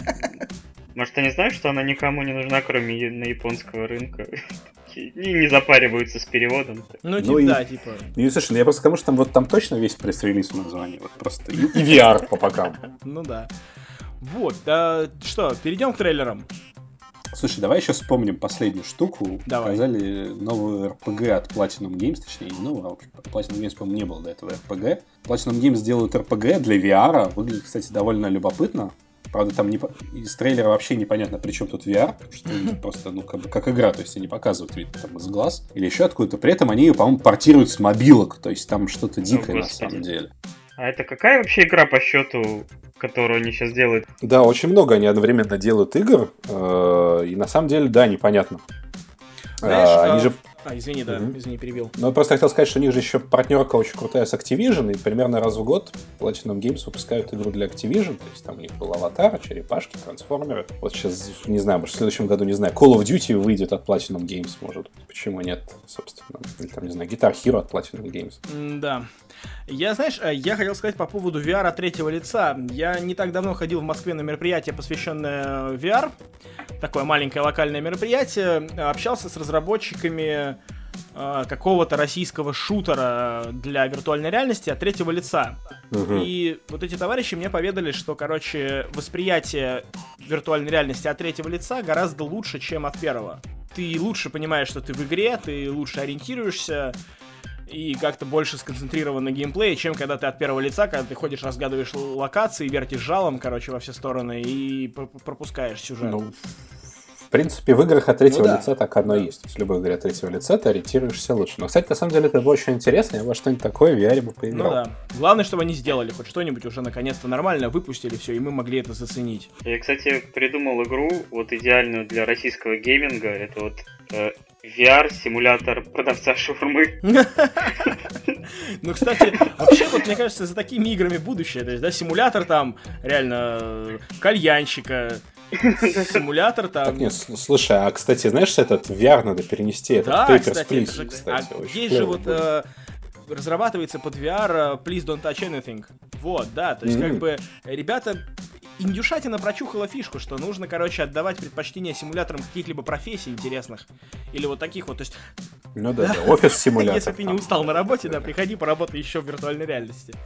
Может, они знают, что она никому не нужна, кроме на японского рынка? И не запариваются с переводом. Типа. Ну, слушай, я просто потому что там точно весь пресс-релиз в названии. Вот просто. И VR по бокам. Ну да. Вот, что, перейдем к трейлерам. Слушай, давай еще вспомним последнюю штуку. Давай. Показали новую RPG от Platinum Games, точнее, не новую, а Platinum Games, по-моему, не было до этого RPG. Platinum Games делают RPG для VR. Выглядит, кстати, довольно любопытно. Правда, там из трейлера вообще непонятно, при чем тут VR, потому что просто, как игра, то есть они показывают вид там из глаз или еще откуда-то. При этом они ее, по-моему, портируют с мобилок, то есть там что-то дикое на самом деле. А это какая вообще игра по счету, которую они сейчас делают? Да, очень много они одновременно делают игр, и на самом деле, да, непонятно. Знаешь, они же... извини, извини, перебил. Ну, я просто хотел сказать, что у них же еще партнерка очень крутая с Activision, и примерно раз в год Platinum Games выпускают игру для Activision, то есть там у них был Аватар, черепашки, трансформеры. Вот сейчас, не знаю, может, в следующем году, не знаю, Call of Duty выйдет от Platinum Games, может, почему нет, собственно, или там, не знаю, Guitar Hero от Platinum Games. Да. Я хотел сказать по поводу VR от третьего лица. Я не так давно ходил в Москве на мероприятие, посвященное VR. Такое маленькое локальное мероприятие. Общался с разработчиками какого-то российского шутера для виртуальной реальности от третьего лица. И вот эти товарищи мне поведали, что, восприятие виртуальной реальности от третьего лица гораздо лучше, чем от первого. Ты лучше понимаешь, что ты в игре, ты лучше ориентируешься и как-то больше сконцентрирован на геймплее, чем когда ты от первого лица, когда ты ходишь, разгадываешь локации, вертишь жалом, во все стороны и пропускаешь сюжет. Ну, в принципе, в играх от третьего лица так одно есть. В любой игре от третьего лица ты ориентируешься лучше. Но, кстати, на самом деле это было очень интересно, я во что-нибудь такое в VR бы поиграл. Ну да. Главное, чтобы они сделали хоть что-нибудь уже наконец-то нормально, выпустили все, и мы могли это заценить. Я, кстати, придумал игру, вот идеальную для российского гейминга, это вот... VR-симулятор продавца шаурмы. Ну, кстати, вообще, вот, мне кажется, за такими играми будущее. То есть, да, симулятор там, реально, кальянщика, симулятор там... Так нет, слушай, а, кстати, знаешь, этот VR надо перенести, этот Papers, Please, кстати. Есть же вот... разрабатывается под VR Please Don't Touch Anything. Вот, да, то есть, ребята... Индюшатина прочухала фишку, что нужно, отдавать предпочтение симуляторам каких-либо профессий интересных. Или вот таких вот, то есть... Ну да, офис-симулятор. Если ты не устал на работе, да, приходи, поработай еще в виртуальной реальности.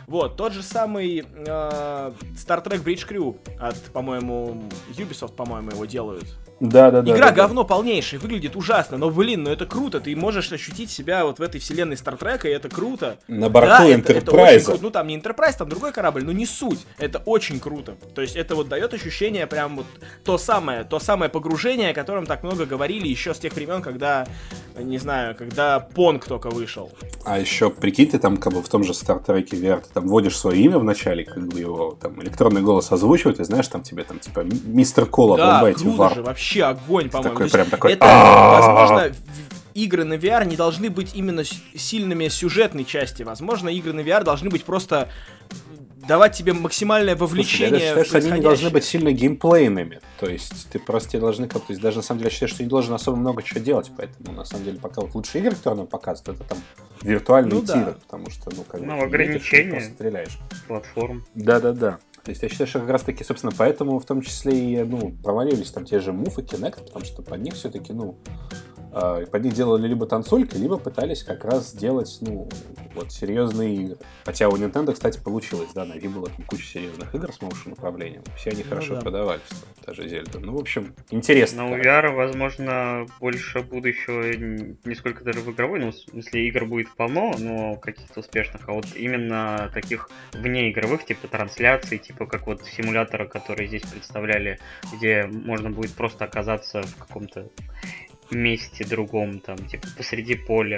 Вот, тот же самый Star Trek Bridge Crew от, по-моему, Ubisoft, по-моему, его делают. Да. Игра говно полнейшее, выглядит ужасно, но, блин, ну это круто, ты можешь ощутить себя вот в этой вселенной Стартрека, и это круто. На борту Энтерпрайза. Ну там не Enterprise, там другой корабль, но не суть, это очень круто. То есть это вот дает ощущение прям вот то самое погружение, о котором так много говорили еще с тех времен, когда, не знаю, когда Понг только вышел. А еще, прикинь, ты там как бы в том же Стартреке VR, ты там вводишь свое имя в начале, как бы его там электронный голос озвучивает, и знаешь, там тебе там типа мистер Кола, врубайте круто варп. же, вообще огонь, по-моему. Такой, прям такой... Это, возможно, игры на VR не должны быть именно сильными сюжетной части. Возможно, игры на VR должны быть просто давать тебе максимальное вовлечение. Слушай, я считаю, что они не должны быть сильно геймплейными. То есть ты просто должны как-то... То есть даже на самом деле я считаю, что ты не должен особо много чего делать. Поэтому на самом деле пока вот лучшие игры, которые нам показывают, это там виртуальные тиры. Потому что, как бы... ограничения. Просто стреляешь. Платформ. Да. То есть я считаю, что как раз таки, собственно, поэтому в том числе и, провалились там те же Move и Kinect, потому что под них все-таки, под них делали либо танцульки, либо пытались как раз сделать, серьезные игры. Хотя у Nintendo, кстати, получилось, да, на Wii было там куча серьезных игр с motion управлением. Все они хорошо продавались, даже Зельда. В общем, интересно. Но у VR, возможно, больше будущего не сколько даже в игровой, в смысле игр будет полно, но каких-то успешных, а вот именно таких внеигровых, типа трансляций, типа как вот симулятора, которые здесь представляли, где можно будет просто оказаться в каком-то месте другом, там, типа, посреди поля.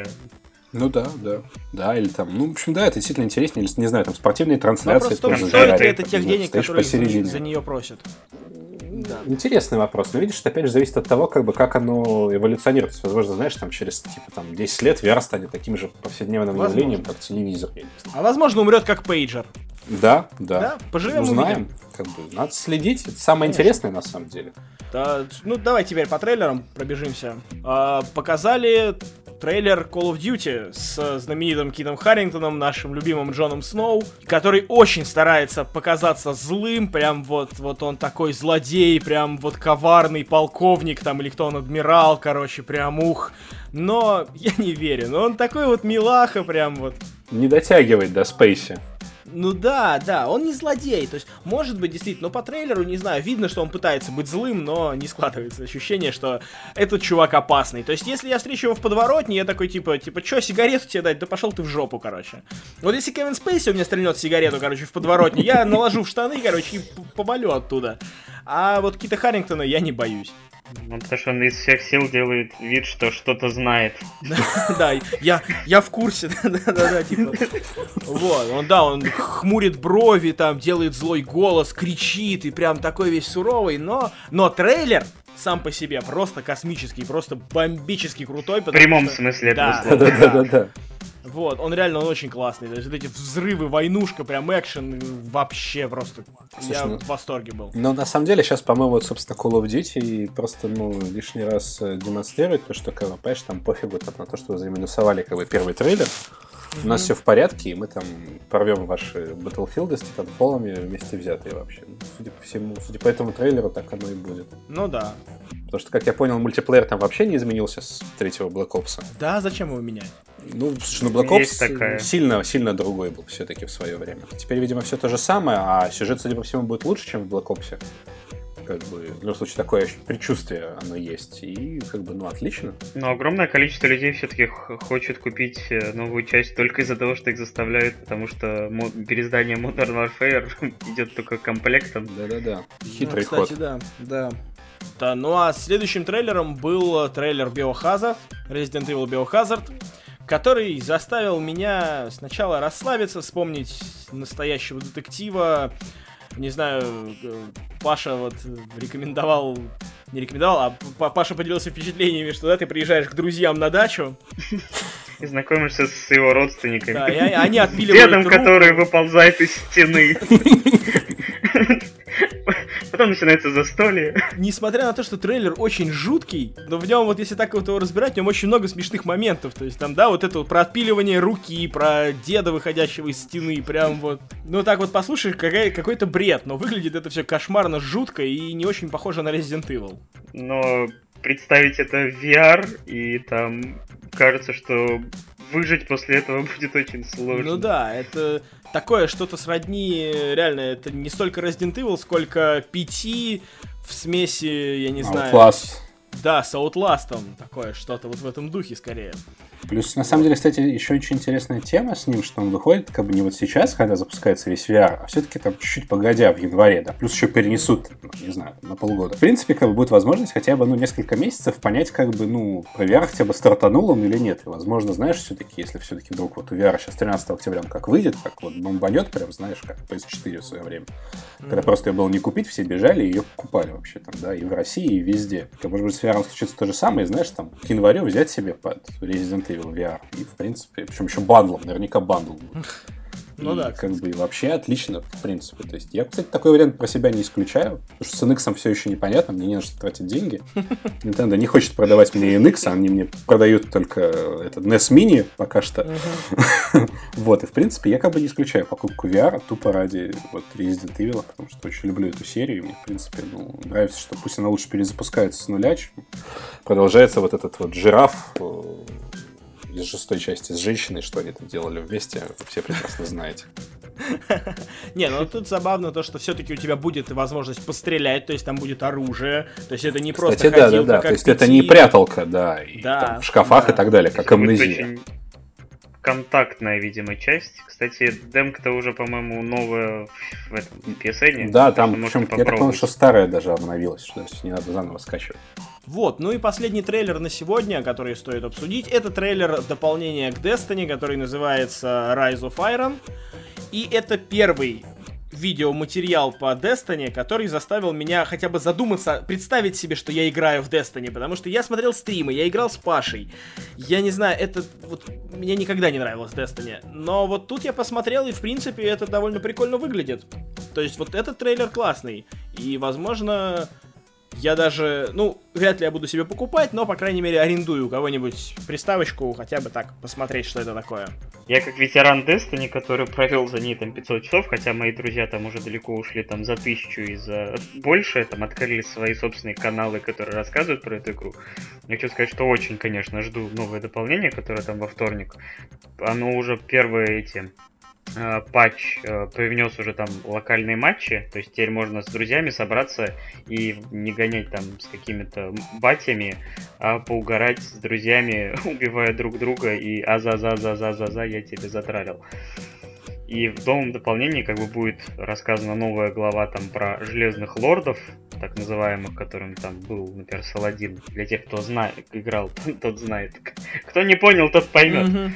Да, или там, в общем, да, это действительно интереснее, или, не знаю, там, спортивные трансляции. Вопрос стоит ли это тех денег, которые за нее просят? Да. Интересный вопрос, но видишь, это опять же зависит от того, как оно эволюционирует. То есть, возможно, знаешь, там через 10 лет VR станет таким же повседневным явлением, как телевизор. А возможно, умрет как пейджер. Да. Поживем, узнаем. Надо следить. Это самое интересное на самом деле. Да, давай теперь по трейлерам пробежимся. Показали трейлер Call of Duty с знаменитым Китом Харрингтоном, нашим любимым Джоном Сноу, который очень старается показаться злым, прям вот он такой злодей, прям вот коварный полковник там, или кто он, адмирал, короче, прям ух. Но я не верю, но он такой вот милаха, прям вот. Не дотягивает до Спейси. Да, он не злодей, то есть, может быть, действительно, но по трейлеру, не знаю, видно, что он пытается быть злым, но не складывается ощущение, что этот чувак опасный. То есть, если я встречу его в подворотне, я такой, типа, чё, сигарету тебе дать? Да пошел ты в жопу, короче. Вот если Кевин Спейси у меня стрельнет сигарету, короче, в подворотне, я наложу в штаны, короче, и повалю оттуда. А вот Кита Харрингтона я не боюсь. Потому что он из всех сил делает вид, что что-то знает. Да, я в курсе. Да, типа. Вот, он хмурит брови, там, делает злой голос, кричит, и прям такой весь суровый, но трейлер сам по себе просто космический, просто бомбически крутой. В прямом смысле этого слова. Да. Вот, он очень классный. То есть вот эти взрывы, войнушка, прям экшен, вообще просто. Слушай, я в восторге был. Но на самом деле сейчас, по-моему, собственно, Call of Duty просто, лишний раз демонстрирует то, что, понимаешь, там пофигу на то, что вы заминусовали, первый трейлер. У нас все в порядке, и мы там порвем ваши Battlefield с Titanfall'ами вместе взятые вообще. Судя по этому трейлеру, так оно и будет. Ну да. Потому что, как я понял, мультиплеер там вообще не изменился с третьего Black Ops. Да, зачем его менять? Black Ops сильно другой был все-таки в свое время. Теперь, видимо, все то же самое, а сюжет, судя по всему, будет лучше, чем в Black Ops. В любом случае, такое предчувствие оно есть. И, отлично. Но огромное количество людей все-таки хочет купить новую часть только из-за того, что их заставляют, потому что переиздание Modern Warfare идет только комплектом. Да. Хитрый ход. Кстати, да. А следующим трейлером был трейлер Biohazard, Resident Evil Biohazard, который заставил меня сначала расслабиться, вспомнить настоящего детектива. Не знаю, Паша не рекомендовал, а Паша поделился впечатлениями, что ты приезжаешь к друзьям на дачу. И знакомишься с его родственниками. Да, и они отпиливают дедом, трубку. Который выползает из стены. Потом начинается застолье. Несмотря на то, что трейлер очень жуткий, но в нем, если так его разбирать, в нем очень много смешных моментов. То есть там, это про отпиливание руки, про деда, выходящего из стены, прям вот. Так вот послушаешь, какой-то бред, но выглядит это все кошмарно жутко и не очень похоже на Resident Evil. Но представить это в VR, и там кажется, что выжить после этого будет очень сложно. Ну да, это такое что-то сродни, реально, это не столько Resident Evil, сколько PT в смеси, я не знаю... Outlast. Да, с Outlast'ом, такое что-то вот в этом духе скорее. Плюс, на самом деле, кстати, еще очень интересная тема с ним, что он выходит как бы не вот сейчас, когда запускается весь VR, а все-таки там чуть-чуть погодя, в январе, да, плюс еще перенесут, не знаю, на полгода. В принципе, как бы будет возможность хотя бы, несколько месяцев понять, как бы, про VR хотя бы стартанул он или нет. И, возможно, знаешь, все-таки, если все-таки вдруг вот у VR сейчас 13 октября он как выйдет, как вот бомбанет прям, знаешь, как PS4 в свое время, когда просто ее было не купить, все бежали и ее покупали вообще там, да, и в России, и везде. Может быть, с VR случится то же самое, знаешь, там, к январю взять себе под Resident Evil VR. И, в принципе, причем еще бандлом, наверняка бандл будет. Ну да. Как бы вообще отлично, в принципе. То есть я, кстати, такой вариант про себя не исключаю, потому что с NX все еще непонятно, мне не на что тратить деньги. Nintendo не хочет продавать мне NX, они мне продают только этот NES Mini пока что. Вот, и в принципе я как бы не исключаю покупку VR тупо ради вот Resident Evil, потому что очень люблю эту серию, и мне, в принципе, нравится, что пусть она лучше перезапускается с нуля, чем продолжается вот этот вот жираф из 6-й части с женщиной, что они там делали вместе, вы все прекрасно знаете. Не, ну тут забавно то, что все-таки у тебя будет возможность пострелять, то есть там будет оружие, то есть это не просто ходилка, да, то есть это не пряталка, да, и там в шкафах и так далее, как амнезия. Контактная, видимо, часть. Кстати, демка-то уже, по-моему, новая в этом PSN. Да, там, причем, я так понял, что старая даже обновилась, что не надо заново скачивать. Вот, ну и последний трейлер на сегодня, который стоит обсудить, это трейлер дополнения к Destiny, который называется Rise of Iron. И это первый видеоматериал по Destiny, который заставил меня хотя бы задуматься, представить себе, что я играю в Destiny, потому что я смотрел стримы, я играл с Пашей. Я не знаю, это вот мне никогда не нравилось Destiny, но вот тут я посмотрел, и в принципе это довольно прикольно выглядит. То есть вот этот трейлер классный, и возможно... Я даже, вряд ли я буду себе покупать, но, по крайней мере, арендую у кого-нибудь приставочку, хотя бы так, посмотреть, что это такое. Я как ветеран Destiny, который провел за ней там 500 часов, хотя мои друзья там уже далеко ушли там за 1000 и за больше, там открыли свои собственные каналы, которые рассказывают про эту игру. Я хочу сказать, что очень, конечно, жду новое дополнение, которое там во вторник. Оно уже первые патч привнес уже там локальные матчи, то есть теперь можно с друзьями собраться и не гонять там с какими-то батями, а поугарать с друзьями, убивая друг друга и я тебя затралил. И в новом дополнении как бы будет рассказана новая глава там про железных лордов, так называемых, которым там был, например, Саладин. Для тех, кто играл, тот знает. Кто не понял, тот поймет.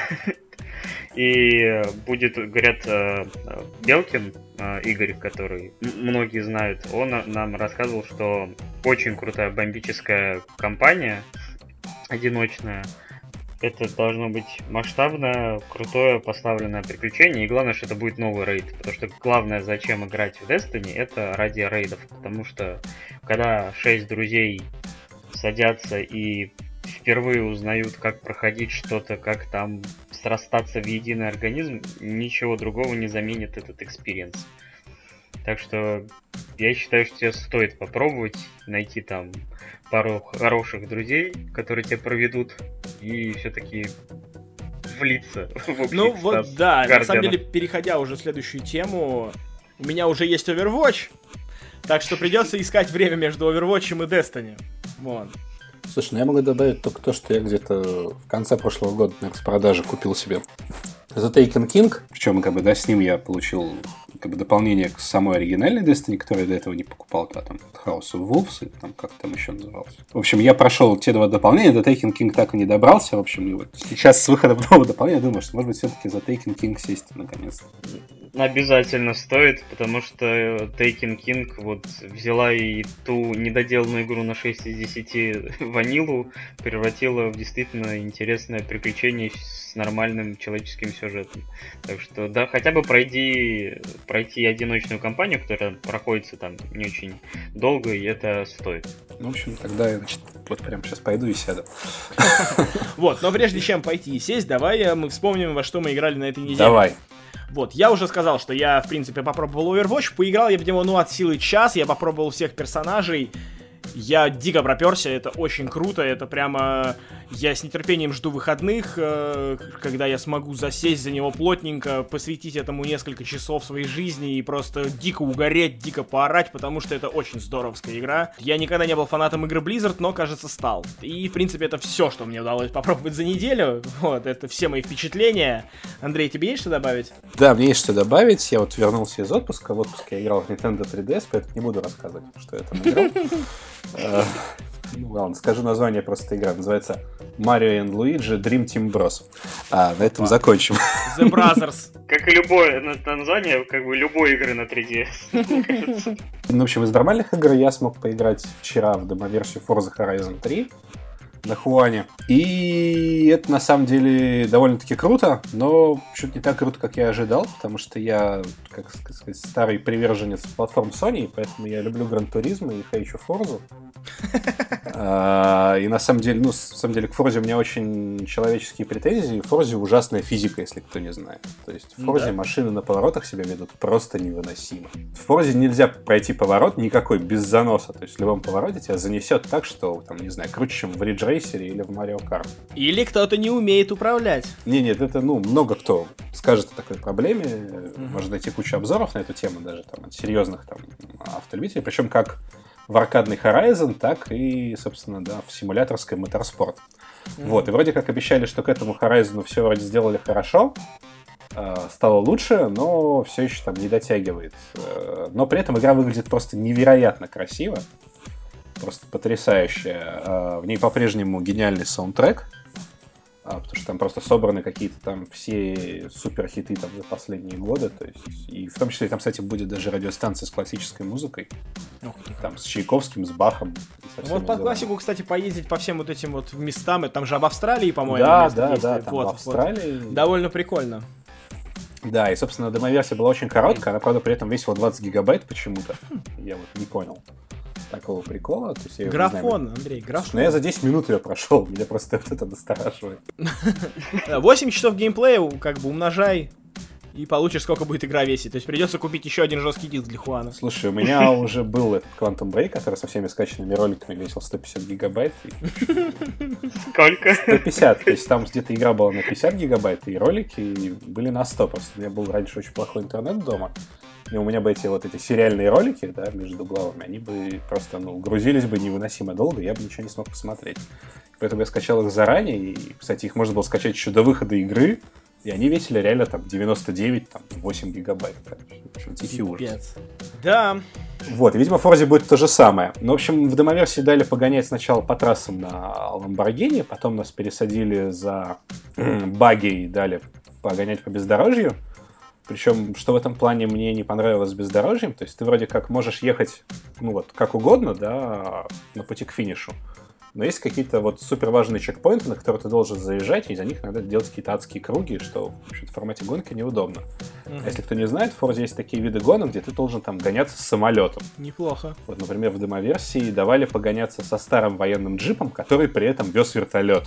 И будет, говорят, Белкин, Игорь, который многие знают, он нам рассказывал, что очень крутая бомбическая кампания, одиночная. Это должно быть масштабное, крутое поставленное приключение, и главное, что это будет новый рейд, потому что главное, зачем играть в Destiny, это ради рейдов, потому что когда 6 друзей садятся и впервые узнают, как проходить что-то, как там срастаться в единый организм, ничего другого не заменит этот экспириенс. Так что я считаю, что тебе стоит попробовать найти там пару хороших друзей, которые тебя проведут, и все-таки влиться в общий Ну вот да, Гардиана. На самом деле, переходя уже в следующую тему, у меня уже есть Overwatch, так что придется искать время между Overwatch и Destiny. Вот. Слушай, я могу добавить только то, что я где-то в конце прошлого года на распродаже купил себе The Taken King, причем как бы, да, с ним я получил как бы дополнение к самой оригинальной Destiny, которую я до этого не покупал, да, там House of Wolves, и там как там еще называлось. В общем, я прошел те два дополнения, The Taken King так и не добрался, в общем, и вот сейчас с выходом нового дополнения думаю, что может быть все-таки The Taken King сесть наконец-то. Обязательно стоит, потому что Taken King вот взяла и ту недоделанную игру на 6 из 10 ванилу превратила в действительно интересное приключение с нормальным человеческим сюжетом. Так что, да, хотя бы пройти одиночную кампанию, которая проходится там не очень долго, и это стоит. В общем, тогда я, значит, вот прям сейчас пойду и сяду. Вот, но прежде чем пойти и сесть, давай мы вспомним, во что мы играли на этой неделе. Давай. Вот, я уже сказал, что я, в принципе, попробовал Overwatch, поиграл я в него, от силы час, я попробовал всех персонажей, Я дико проперся, это очень круто, это прямо... Я с нетерпением жду выходных, когда я смогу засесть за него плотненько, посвятить этому несколько часов своей жизни и просто дико угореть, дико поорать, потому что это очень здоровская игра. Я никогда не был фанатом игры Blizzard, но, кажется, стал. И, в принципе, это все, что мне удалось попробовать за неделю. Вот, это все мои впечатления. Андрей, тебе есть что добавить? Да, мне есть что добавить. Я вот вернулся из отпуска. В отпуске я играл в Nintendo 3DS, поэтому не буду рассказывать, что я там играл. Ну ладно, скажу название просто игры. Называется Mario and Luigi Dream Team Bros. На этом закончим. The Brothers. Как и любое название, как бы любой игры на 3DS. Ну, в общем, из нормальных игр я смог поиграть вчера в демоверсию Forza Horizon 3 на Хуане. И это на самом деле довольно-таки круто, но чуть не так круто, как я ожидал, потому что я, как сказать, старый приверженец платформ Sony, поэтому я люблю Gran Turismo и хочу Forza. И на самом деле, к Forza у меня очень человеческие претензии. В Forza ужасная физика, если кто не знает. То есть в Forza машины на поворотах себя ведут просто невыносимо. В Forza нельзя пройти поворот никакой без заноса. То есть в любом повороте тебя занесет так, что, там, не знаю, круче, чем в Ridge Racer или в Mario Kart. Или кто-то не умеет управлять. Нет, это, много кто скажет о такой проблеме. Можно найти кучу обзоров на эту тему, даже там от серьезных там автолюбителей. Причем как в аркадный Horizon, так и, собственно, да, в симуляторской Motorsport. Вот, и вроде как обещали, что к этому Horizon все вроде сделали хорошо, стало лучше, но все еще там не дотягивает. Но при этом игра выглядит просто невероятно красиво, просто потрясающая. В ней по-прежнему гениальный саундтрек, потому что там просто собраны какие-то там все суперхиты там за последние годы, то есть, и в том числе там, кстати, будет даже радиостанция с классической музыкой, там с Чайковским, с Бахом. Вот под классику, кстати, поездить по всем вот этим вот местам, там же об Австралии, по-моему, да, там вот, в Австралии. Вот. Довольно прикольно. Да, и, собственно, демоверсия была очень короткая, она, правда, при этом весила 20 гигабайт почему-то, я вот не понял такого прикола. То есть я графон, Андрей, графон. Но я за 10 минут ее прошел, меня просто вот это настораживает. 8 часов геймплея, как бы умножай, и получишь, сколько будет игра весить. То есть придется купить еще один жесткий диск для Хуана. Слушай, у меня уже был этот Quantum Break, который со всеми скачанными роликами весил 150 гигабайт. Сколько? 150, то есть там где-то игра была на 50 гигабайт, и ролики были на 100. Просто у меня был раньше очень плохой интернет дома. И у меня бы эти сериальные ролики, да, между главами, они бы просто, грузились бы невыносимо долго, я бы ничего не смог посмотреть. Поэтому я скачал их заранее, и, кстати, их можно было скачать еще до выхода игры, и они весили реально там 99, там, 8 гигабайт. В общем, тихий ужас. Да. Вот, и, видимо, в Forza будет то же самое. Но, в общем, в демоверсии дали погонять сначала по трассам на Lamborghini, потом нас пересадили за баги и дали погонять по бездорожью. Причем, что в этом плане мне не понравилось с бездорожьем, то есть ты вроде как можешь ехать, как угодно, да, на пути к финишу, но есть какие-то супер важные чекпоинты, на которые ты должен заезжать, и за них надо делать какие-то адские круги, что, в общем-то, в формате гонки неудобно. А если кто не знает, в Forza есть такие виды гонок, где ты должен там гоняться с самолетом. Неплохо. Вот, например, в демоверсии давали погоняться со старым военным джипом, который при этом вез вертолет.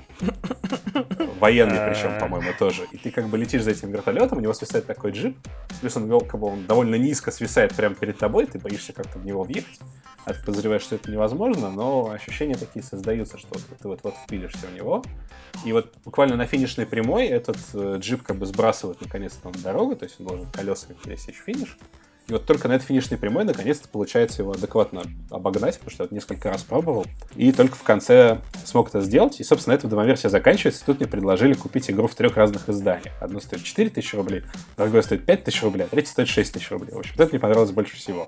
Военный причем, по-моему, тоже. И ты как бы летишь за этим вертолетом, у него свисает такой джип, плюс он довольно низко свисает прямо перед тобой, ты боишься как-то в него въехать, а ты подозреваешь, что это невозможно, но ощущения такие создаются, что ты вот впилишься в него. И вот буквально на финишной прямой этот джип как бы сбрасывает наконец-то на дорогу, то есть он должен колесами пересечь финиш. И вот только на этой финишной прямой наконец-то получается его адекватно обогнать, потому что я несколько раз пробовал. И только в конце смог это сделать. И, собственно, эта демоверсия заканчивается. И тут мне предложили купить игру в 3 разных изданиях. Одно стоит 4000 рублей, другое стоит 5000 рублей, а третье стоит 6000 рублей. В общем, это мне понравилось больше всего.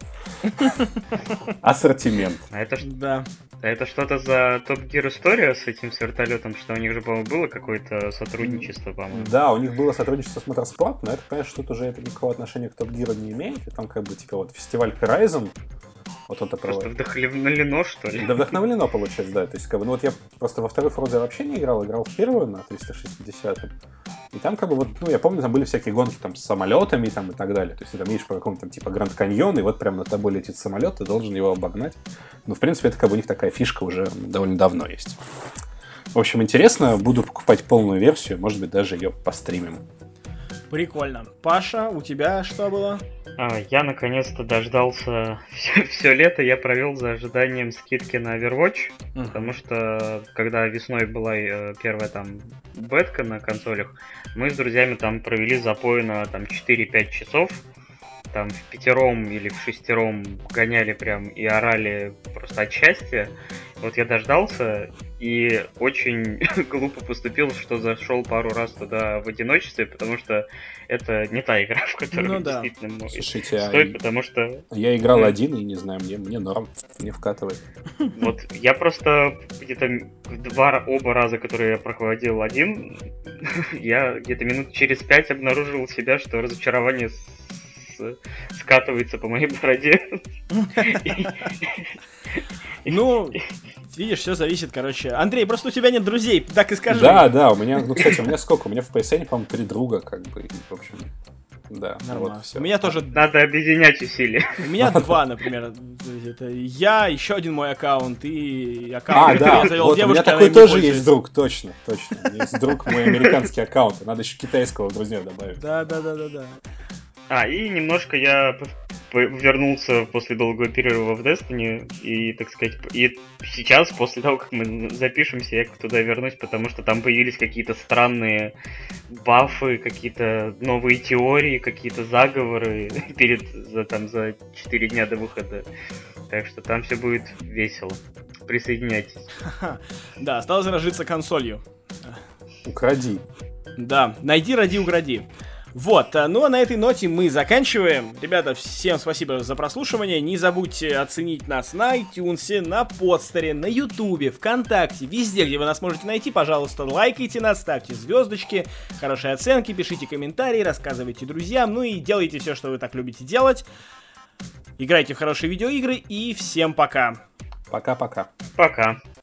Ассортимент. А это что-то за Top Gear история с этим вертолетом, что у них же, по-моему, было какое-то сотрудничество, по-моему. Да, у них было сотрудничество с Motorsport, но это, конечно, что-то уже никакого отношения к Top Gear не имеет. И там как бы фестиваль Horizon, вот он такой. Просто вдохновлено, что ли? Да, вдохновлено, получается, да. То есть, я просто во второй Forza вообще не играл в первую на 360-м. И там я помню, там были всякие гонки там с самолетами там, и так далее. То есть ты там едешь по какому-то там типа Гранд Каньон, и вот прямо над тобой летит самолет, ты должен его обогнать. Но в принципе это у них такая фишка уже довольно давно есть. В общем, интересно, буду покупать полную версию, может быть, даже ее постримим. Прикольно. Паша, у тебя что было? Я наконец-то дождался все лето, я провел за ожиданием скидки на Overwatch, потому что когда весной была первая там бетка на консолях, мы с друзьями там провели запой на там 4-5 часов, там в пятером или в шестером гоняли прям и орали просто от счастья. Вот я дождался и очень глупо поступил, что зашел пару раз туда в одиночестве, потому что это не та игра, в которой действительно стоит, потому что... Я играл один, и не знаю, мне норм, мне вкатывает. Вот, я просто где-то оба раза, которые я проходил один, я где-то минут через 5 обнаружил себя, что разочарование скатывается по моей бороде. Ну, видишь, все зависит, короче. Андрей, просто у тебя нет друзей, так и скажи. Да, у меня, кстати, у меня сколько? У меня в PSN, по-моему, 3 друга, как бы, в общем, да. Нормально. Вот все. У меня тоже... Надо объединять усилия. У меня 2, например. Это я, еще один мой аккаунт и аккаунт, да, я завел вот девушку, у меня такой тоже есть друг, точно. Есть друг мой американский аккаунт, надо еще китайского в друзья добавить. Да. И немножко я вернулся после долгого перерыва в Destiny, и, так сказать, и сейчас, после того, как мы запишемся, я туда вернусь, потому что там появились какие-то странные бафы, какие-то новые теории, какие-то заговоры за 4 дня до выхода. Так что там все будет весело. Присоединяйтесь. Да, осталось разжиться консолью. Укради. Да, найди, роди, укради. Вот, ну а на этой ноте мы заканчиваем. Ребята, всем спасибо за прослушивание. Не забудьте оценить нас на iTunes, на Подстере, на Ютубе, ВКонтакте, везде, где вы нас можете найти. Пожалуйста, лайкайте нас, ставьте звездочки, хорошие оценки, пишите комментарии, рассказывайте друзьям, ну и делайте все, что вы так любите делать. Играйте в хорошие видеоигры и всем пока. Пока-пока. Пока.